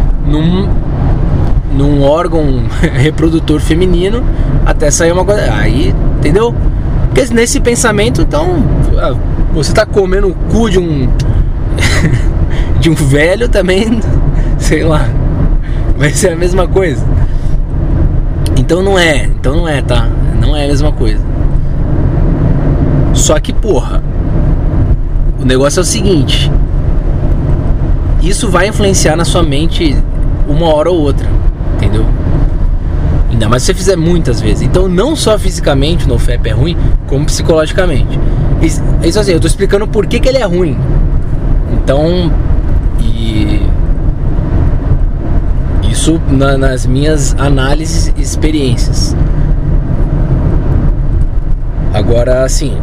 num órgão reprodutor feminino até sair uma coisa. Aí, entendeu? Porque nesse pensamento, então, você tá comendo o cu de um de um velho também, sei lá, vai ser a mesma coisa. Então não é, tá? Não é a mesma coisa. Só que, porra, o negócio é o seguinte: isso vai influenciar na sua mente uma hora ou outra, entendeu? Ainda mais se você fizer muitas vezes. Então não só fisicamente o NoFap é ruim, como psicologicamente. Isso assim, eu tô explicando por que ele é ruim. Então, isso nas minhas análises e experiências. Agora, assim,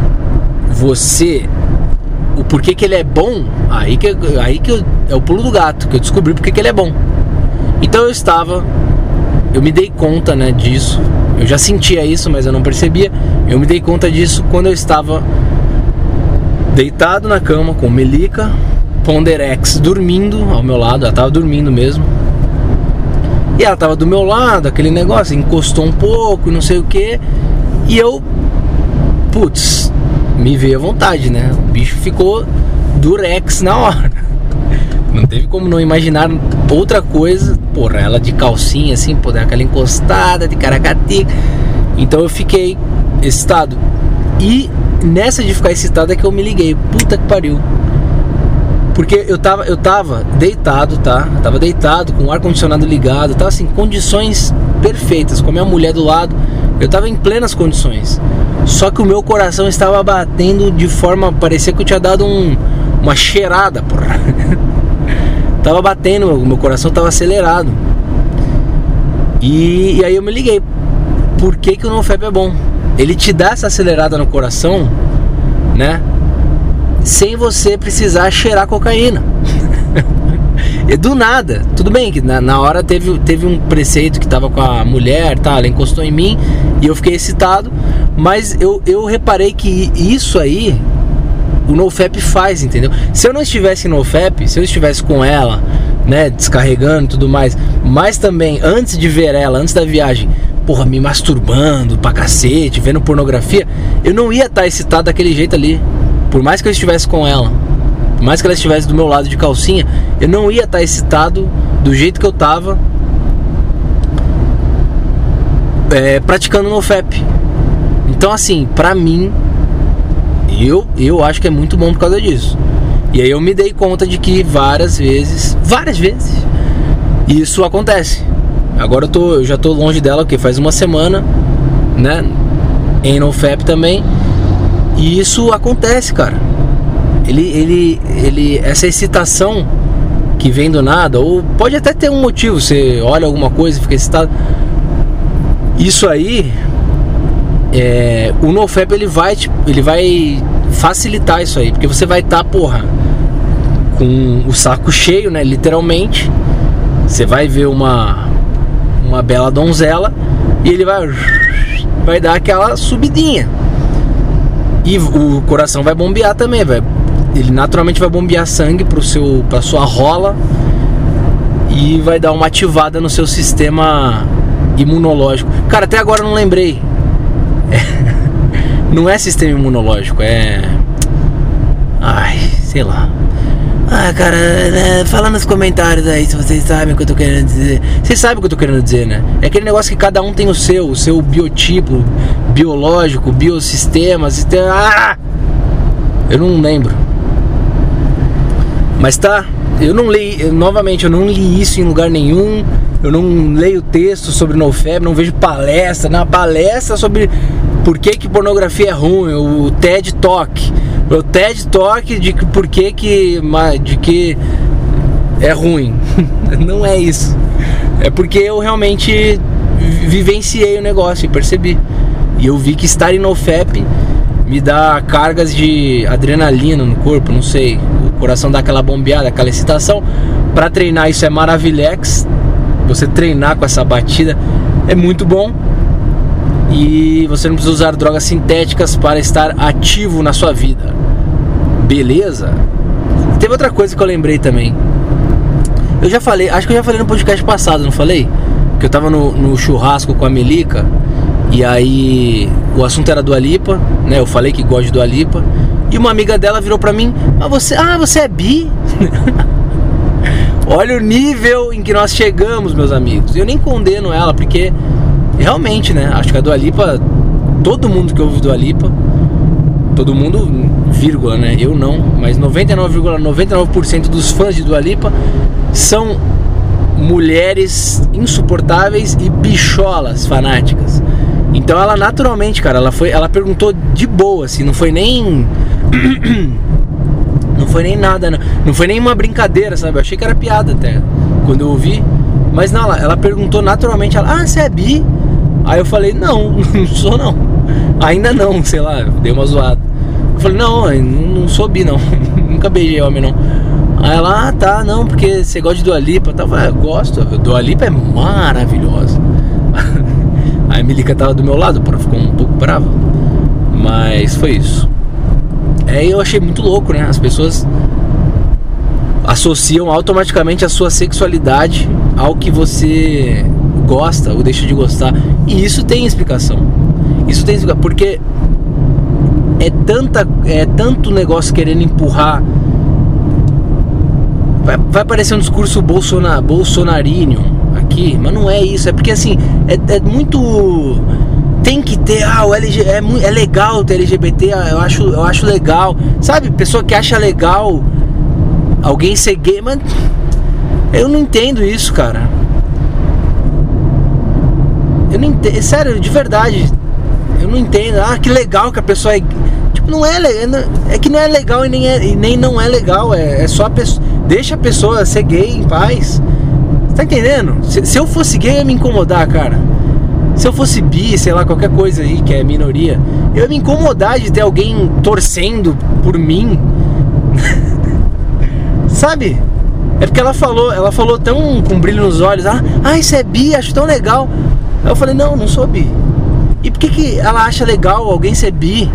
o porquê que ele é bom, aí que é o pulo do gato, que eu descobri porquê que ele é bom. Então eu me dei conta, né, disso. Eu já sentia isso, mas eu não percebia. Eu me dei conta disso quando eu estava deitado na cama com Melica, Ponderex dormindo ao meu lado. Ela tava dormindo mesmo. E ela tava do meu lado, aquele negócio, encostou um pouco, não sei o que. E eu, putz, me veio à vontade, né? O bicho ficou durex na hora. Não teve como não imaginar outra coisa. Porra, ela de calcinha assim, pô, aquela encostada de caracateca. Então eu fiquei excitado. E nessa de ficar excitado é que eu me liguei. Puta que pariu. Porque eu tava deitado, tá? Eu tava deitado, com o ar-condicionado ligado. Tava assim, condições perfeitas, com a minha mulher do lado. Eu tava em plenas condições. Só que o meu coração estava batendo de forma... Parecia que eu tinha dado uma cheirada, porra. Tava batendo, o meu coração tava acelerado. E aí eu me liguei. Por que o NoFap é bom? Ele te dá essa acelerada no coração, né? Sem você precisar cheirar cocaína. E do nada. Tudo bem que na hora teve um preceito que tava com a mulher, tá? Ela encostou em mim e eu fiquei excitado. Mas eu reparei que isso aí o NoFap faz, entendeu? Se eu não estivesse em NoFap, se eu estivesse com ela, né, descarregando e tudo mais, mas também antes de ver ela, antes da viagem, porra, me masturbando pra cacete, vendo pornografia, eu não ia estar excitado daquele jeito ali. Por mais que eu estivesse com ela, por mais que ela estivesse do meu lado de calcinha, eu não ia estar excitado do jeito que eu tava praticando NoFap. Então assim, pra mim, eu acho que é muito bom por causa disso. E aí eu me dei conta de que várias vezes isso acontece. Agora eu já tô longe dela, porque faz uma semana, né, em NoFap também. E isso acontece, cara. Essa excitação que vem do nada, ou pode até ter um motivo, você olha alguma coisa e fica excitado. Isso aí, o NoFap ele vai facilitar isso aí, porque você vai estar, porra, com o saco cheio, né, literalmente. Você vai ver uma bela donzela e ele vai dar aquela subidinha. E o coração vai bombear também, ele naturalmente vai bombear sangue pra sua rola e vai dar uma ativada no seu sistema imunológico. Cara, até agora eu não lembrei. Não é sistema imunológico, sei lá. Cara, fala nos comentários aí se vocês sabem o que eu tô querendo dizer. Vocês sabem o que eu tô querendo dizer, né? É aquele negócio que cada um tem o seu biotipo biológico, biossistemas. Eu não lembro. Mas tá, eu não li, novamente, eu não li isso em lugar nenhum. Eu não leio texto sobre NoFap, não vejo palestra sobre por que pornografia é ruim, o TED Talk. O TED Talk de por que é ruim. Não é isso. É porque eu realmente vivenciei o negócio e percebi. E eu vi que estar em NoFap me dá cargas de adrenalina no corpo, não sei. O coração dá aquela bombeada, aquela excitação. Pra treinar isso é maravilhex. Você treinar com essa batida é muito bom. E você não precisa usar drogas sintéticas para estar ativo na sua vida. Beleza? Teve outra coisa que eu lembrei também. Eu já falei, acho que eu já falei no podcast passado, não falei? Que eu tava no churrasco com a Melica. E aí o assunto era Dua Lipa, né? Eu falei que gosto de Dua Lipa. E uma amiga dela virou pra mim: você é bi? Olha o nível em que nós chegamos, meus amigos. Eu nem condeno ela, porque realmente, né? Acho que a Dua Lipa, todo mundo que ouve Dua Lipa, todo mundo, vírgula, né? Eu não, mas 99,99% dos fãs de Dua Lipa são mulheres insuportáveis e bicholas fanáticas. Então ela naturalmente, cara, ela perguntou de boa, assim, não foi nem não foi nem nada, não foi nem uma brincadeira, sabe? Eu achei que era piada até quando eu ouvi, mas não, ela perguntou naturalmente, você é bi? Aí eu falei, não sou não, ainda não, sei lá, dei uma zoada. Eu falei, não sou bi não, nunca beijei homem não. Aí ela, tá, não, porque você gosta de Dua Lipa, tá? Eu gosto, Dua Lipa é maravilhosa. Aí a Melica tava do meu lado, ficou um pouco brava, mas foi isso. eu achei muito louco, né? As pessoas associam automaticamente a sua sexualidade ao que você gosta ou deixa de gostar. E isso tem explicação. Isso tem explicação, porque é tanto negócio querendo empurrar. Vai parecer um discurso bolsonarinho aqui, mas não é isso. É porque assim, é muito... Tem que ter, o é legal ter LGBT, eu acho legal. Sabe, pessoa que acha legal alguém ser gay, mas eu não entendo isso, cara. Eu não entendo, sério, de verdade. Eu não entendo. Que legal que a pessoa é... Tipo, não é que não é legal e nem não é legal. É só a pessoa... Deixa a pessoa ser gay em paz. Você tá entendendo? Se eu fosse gay, eu ia me incomodar, cara. Se eu fosse bi, sei lá, qualquer coisa aí que é minoria, eu ia me incomodar de ter alguém torcendo por mim. Sabe? É porque ela falou tão com brilho nos olhos. Isso é bi, acho tão legal. Aí eu falei, não sou bi. E por que ela acha legal alguém ser bi?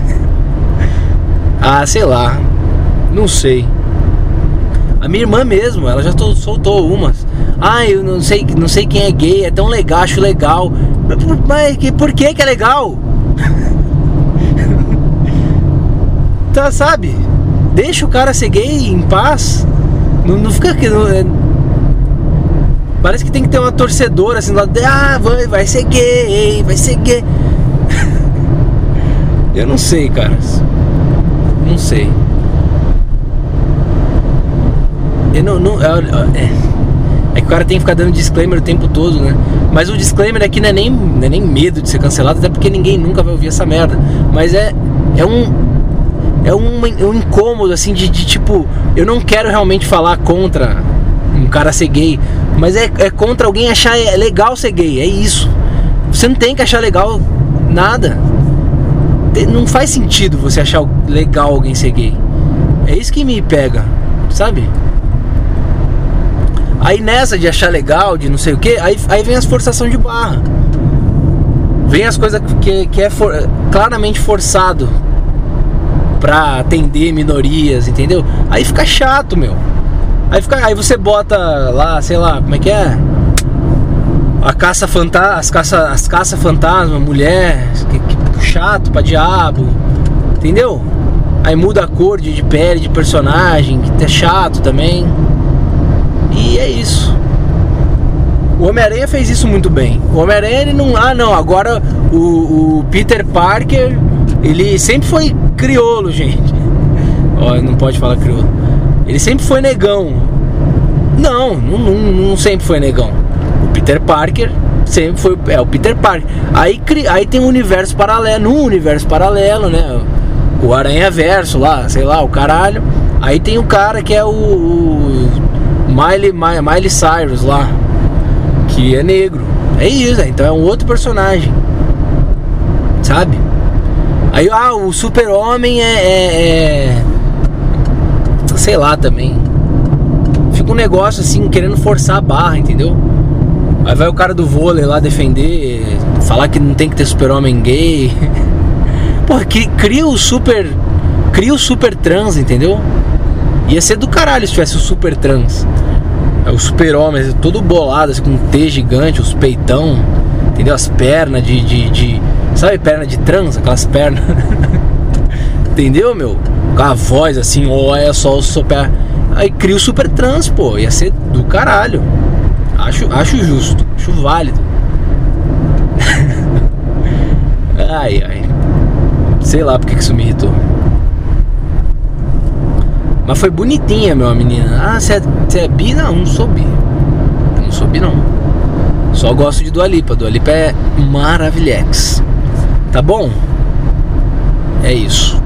Sei lá. Não sei. A minha irmã mesmo, ela já soltou umas. Eu não sei quem é gay, é tão legal, acho legal. Mas por que é legal? Tá, sabe? Deixa o cara ser gay em paz. Não fica aqui. Parece que tem que ter uma torcedora assim do lado. Vai ser gay, vai ser gay. Eu não sei, cara. Não sei. É que o cara tem que ficar dando disclaimer o tempo todo, né? Mas o disclaimer aqui não é nem medo de ser cancelado, até porque ninguém nunca vai ouvir essa merda. Mas é um incômodo, assim, de tipo... Eu não quero realmente falar contra um cara ser gay, mas é contra alguém achar legal ser gay, é isso. Você não tem que achar legal nada. Não faz sentido você achar legal alguém ser gay. É isso que me pega, sabe? Aí nessa de achar legal, de não sei o que, aí vem as forçação de barra. Vem as coisas que é claramente forçado pra atender minorias, entendeu? Aí fica chato, meu. Aí você bota lá, sei lá, como é que é? As caça fantasma, mulher, que chato pra diabo, entendeu? Aí muda a cor de pele de personagem, que é chato também. E é isso. O Homem-Aranha fez isso muito bem. O Homem-Aranha, ele não... agora o Peter Parker, ele sempre foi crioulo, gente. Não pode falar crioulo. Ele sempre foi negão. Não sempre foi negão. O Peter Parker sempre foi... o Peter Parker. Aí tem um universo paralelo. Num universo paralelo, né? O Aranha-Verso lá, sei lá, o caralho. Aí tem o cara que é o Miley Cyrus lá, que é negro. É isso, então é um outro personagem, sabe? Aí o Super-Homem sei lá também. Fica um negócio assim, querendo forçar a barra, entendeu? Aí vai o cara do vôlei lá defender, falar que não tem que ter Super-Homem gay. Porra, cria o super trans, entendeu? Ia ser do caralho se tivesse o super trans. O Super-Homem todo bolado, assim, com um T gigante, os peitão, entendeu? As pernas sabe, perna de trans, aquelas pernas. Entendeu, meu? Com a voz assim, olha só o super. Aí cria o super trans, pô. Ia ser do caralho. Acho justo, acho válido. Ai. Sei lá porque que isso me irritou. Mas foi bonitinha, meu, a menina. Você é bi? Não sou bi. Eu não sou bi, não. Só gosto de Dua Lipa. Dua Lipa é maravilhex. Tá bom? É isso.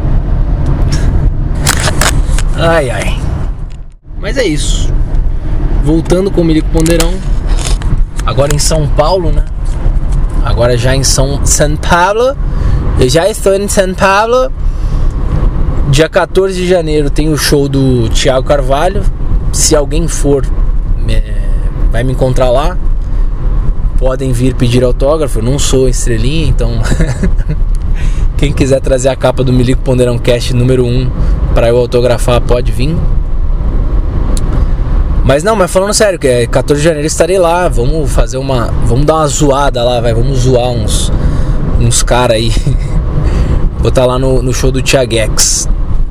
Ai. Mas é isso. Voltando com o Milico Ponderão. Agora em São Paulo, né? Agora já em São Paulo. Eu já estou em São Paulo. Dia 14 de janeiro tem o show do Thiago Carvalho. Se alguém for, vai me encontrar lá. Podem vir pedir autógrafo. Eu não sou estrelinha, então Quem quiser trazer a capa do Milico Ponderão Cast número 1 pra eu autografar, pode vir. Mas não, mas falando sério, que é 14 de janeiro estarei lá. Vamos fazer vamos dar uma zoada lá, vai. Vamos zoar uns caras aí. Vou estar lá no show do Thiaguex.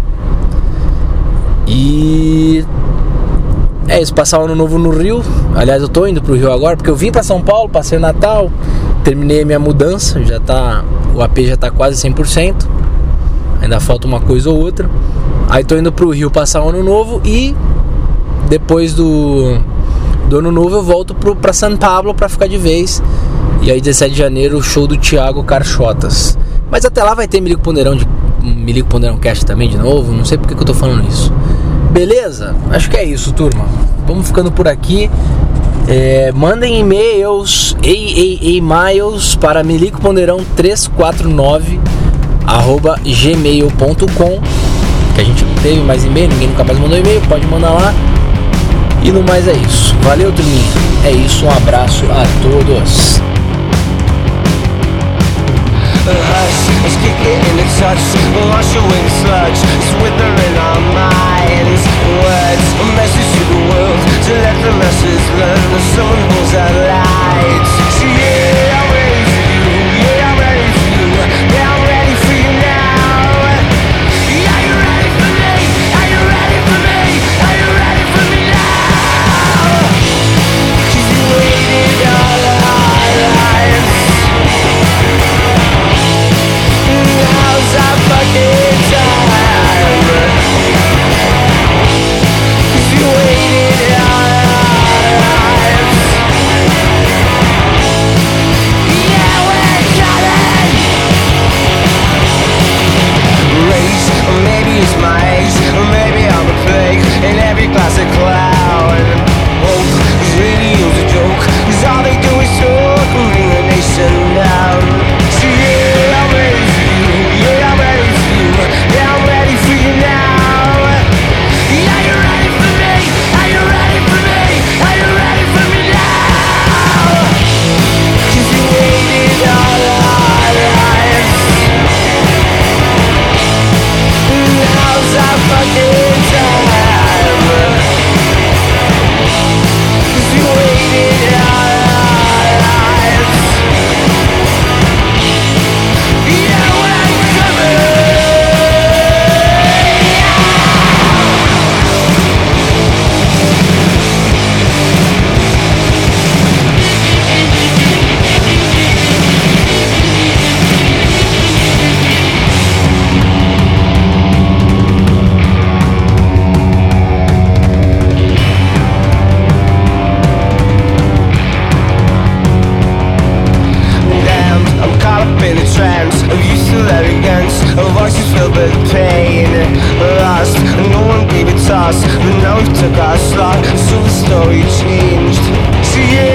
E é isso, passar o ano novo no Rio. Aliás, eu tô indo pro Rio agora, porque eu vim pra São Paulo, passei o Natal, terminei a minha mudança, o AP já tá quase 100%. Ainda falta uma coisa ou outra. Aí tô indo pro Rio passar o ano novo e depois do ano novo eu volto pra São Paulo pra ficar de vez. E aí 17 de janeiro o show do Thiago Carchotas. Mas até lá vai ter Milico Ponderão Cast também de novo. Não sei porque que eu tô falando isso. Beleza? Acho que é isso, turma. Vamos ficando por aqui. Mandem e-mails para milicoponderão349@gmail.com. Que a gente não teve mais e-mail, ninguém nunca mais mandou e-mail, pode mandar lá. E no mais é isso. Valeu, turminha. É isso, um abraço a todos. Let's kick it in the touch, wash away the sludge, it's withering our minds. Words, a message to the world, to let the masses learn that someone holds our lights. So yeah, I'm ready for you, yeah, I'm ready for you, yeah, I'm ready for you now. Are you ready for me? Are you ready for me? Are you ready for me now? 'Cause you waited all our lives. Now's our fucking time. 'Cause you waited all our lives. Yeah, we're coming. Race, or maybe it's my age, or maybe I'm a plague in every classic cloud. Hope is radio's a joke, 'cause all they do is talk and bring the nation down. So yeah, I'm ready for you, yeah, I'm ready for you, yeah, I'm ready for you now. Are you ready for me? Are you ready for me? Are you ready for me now? 'Cause you waited all our lives. Now's our fucking time. 'Cause you waited all our lives. Yeah, we're coming. Damned, I'm caught up in a trance of youthful arrogance, of voices filled with pain. Lost, no one gave a toss, but now we took our slot, so the story changed. So yeah.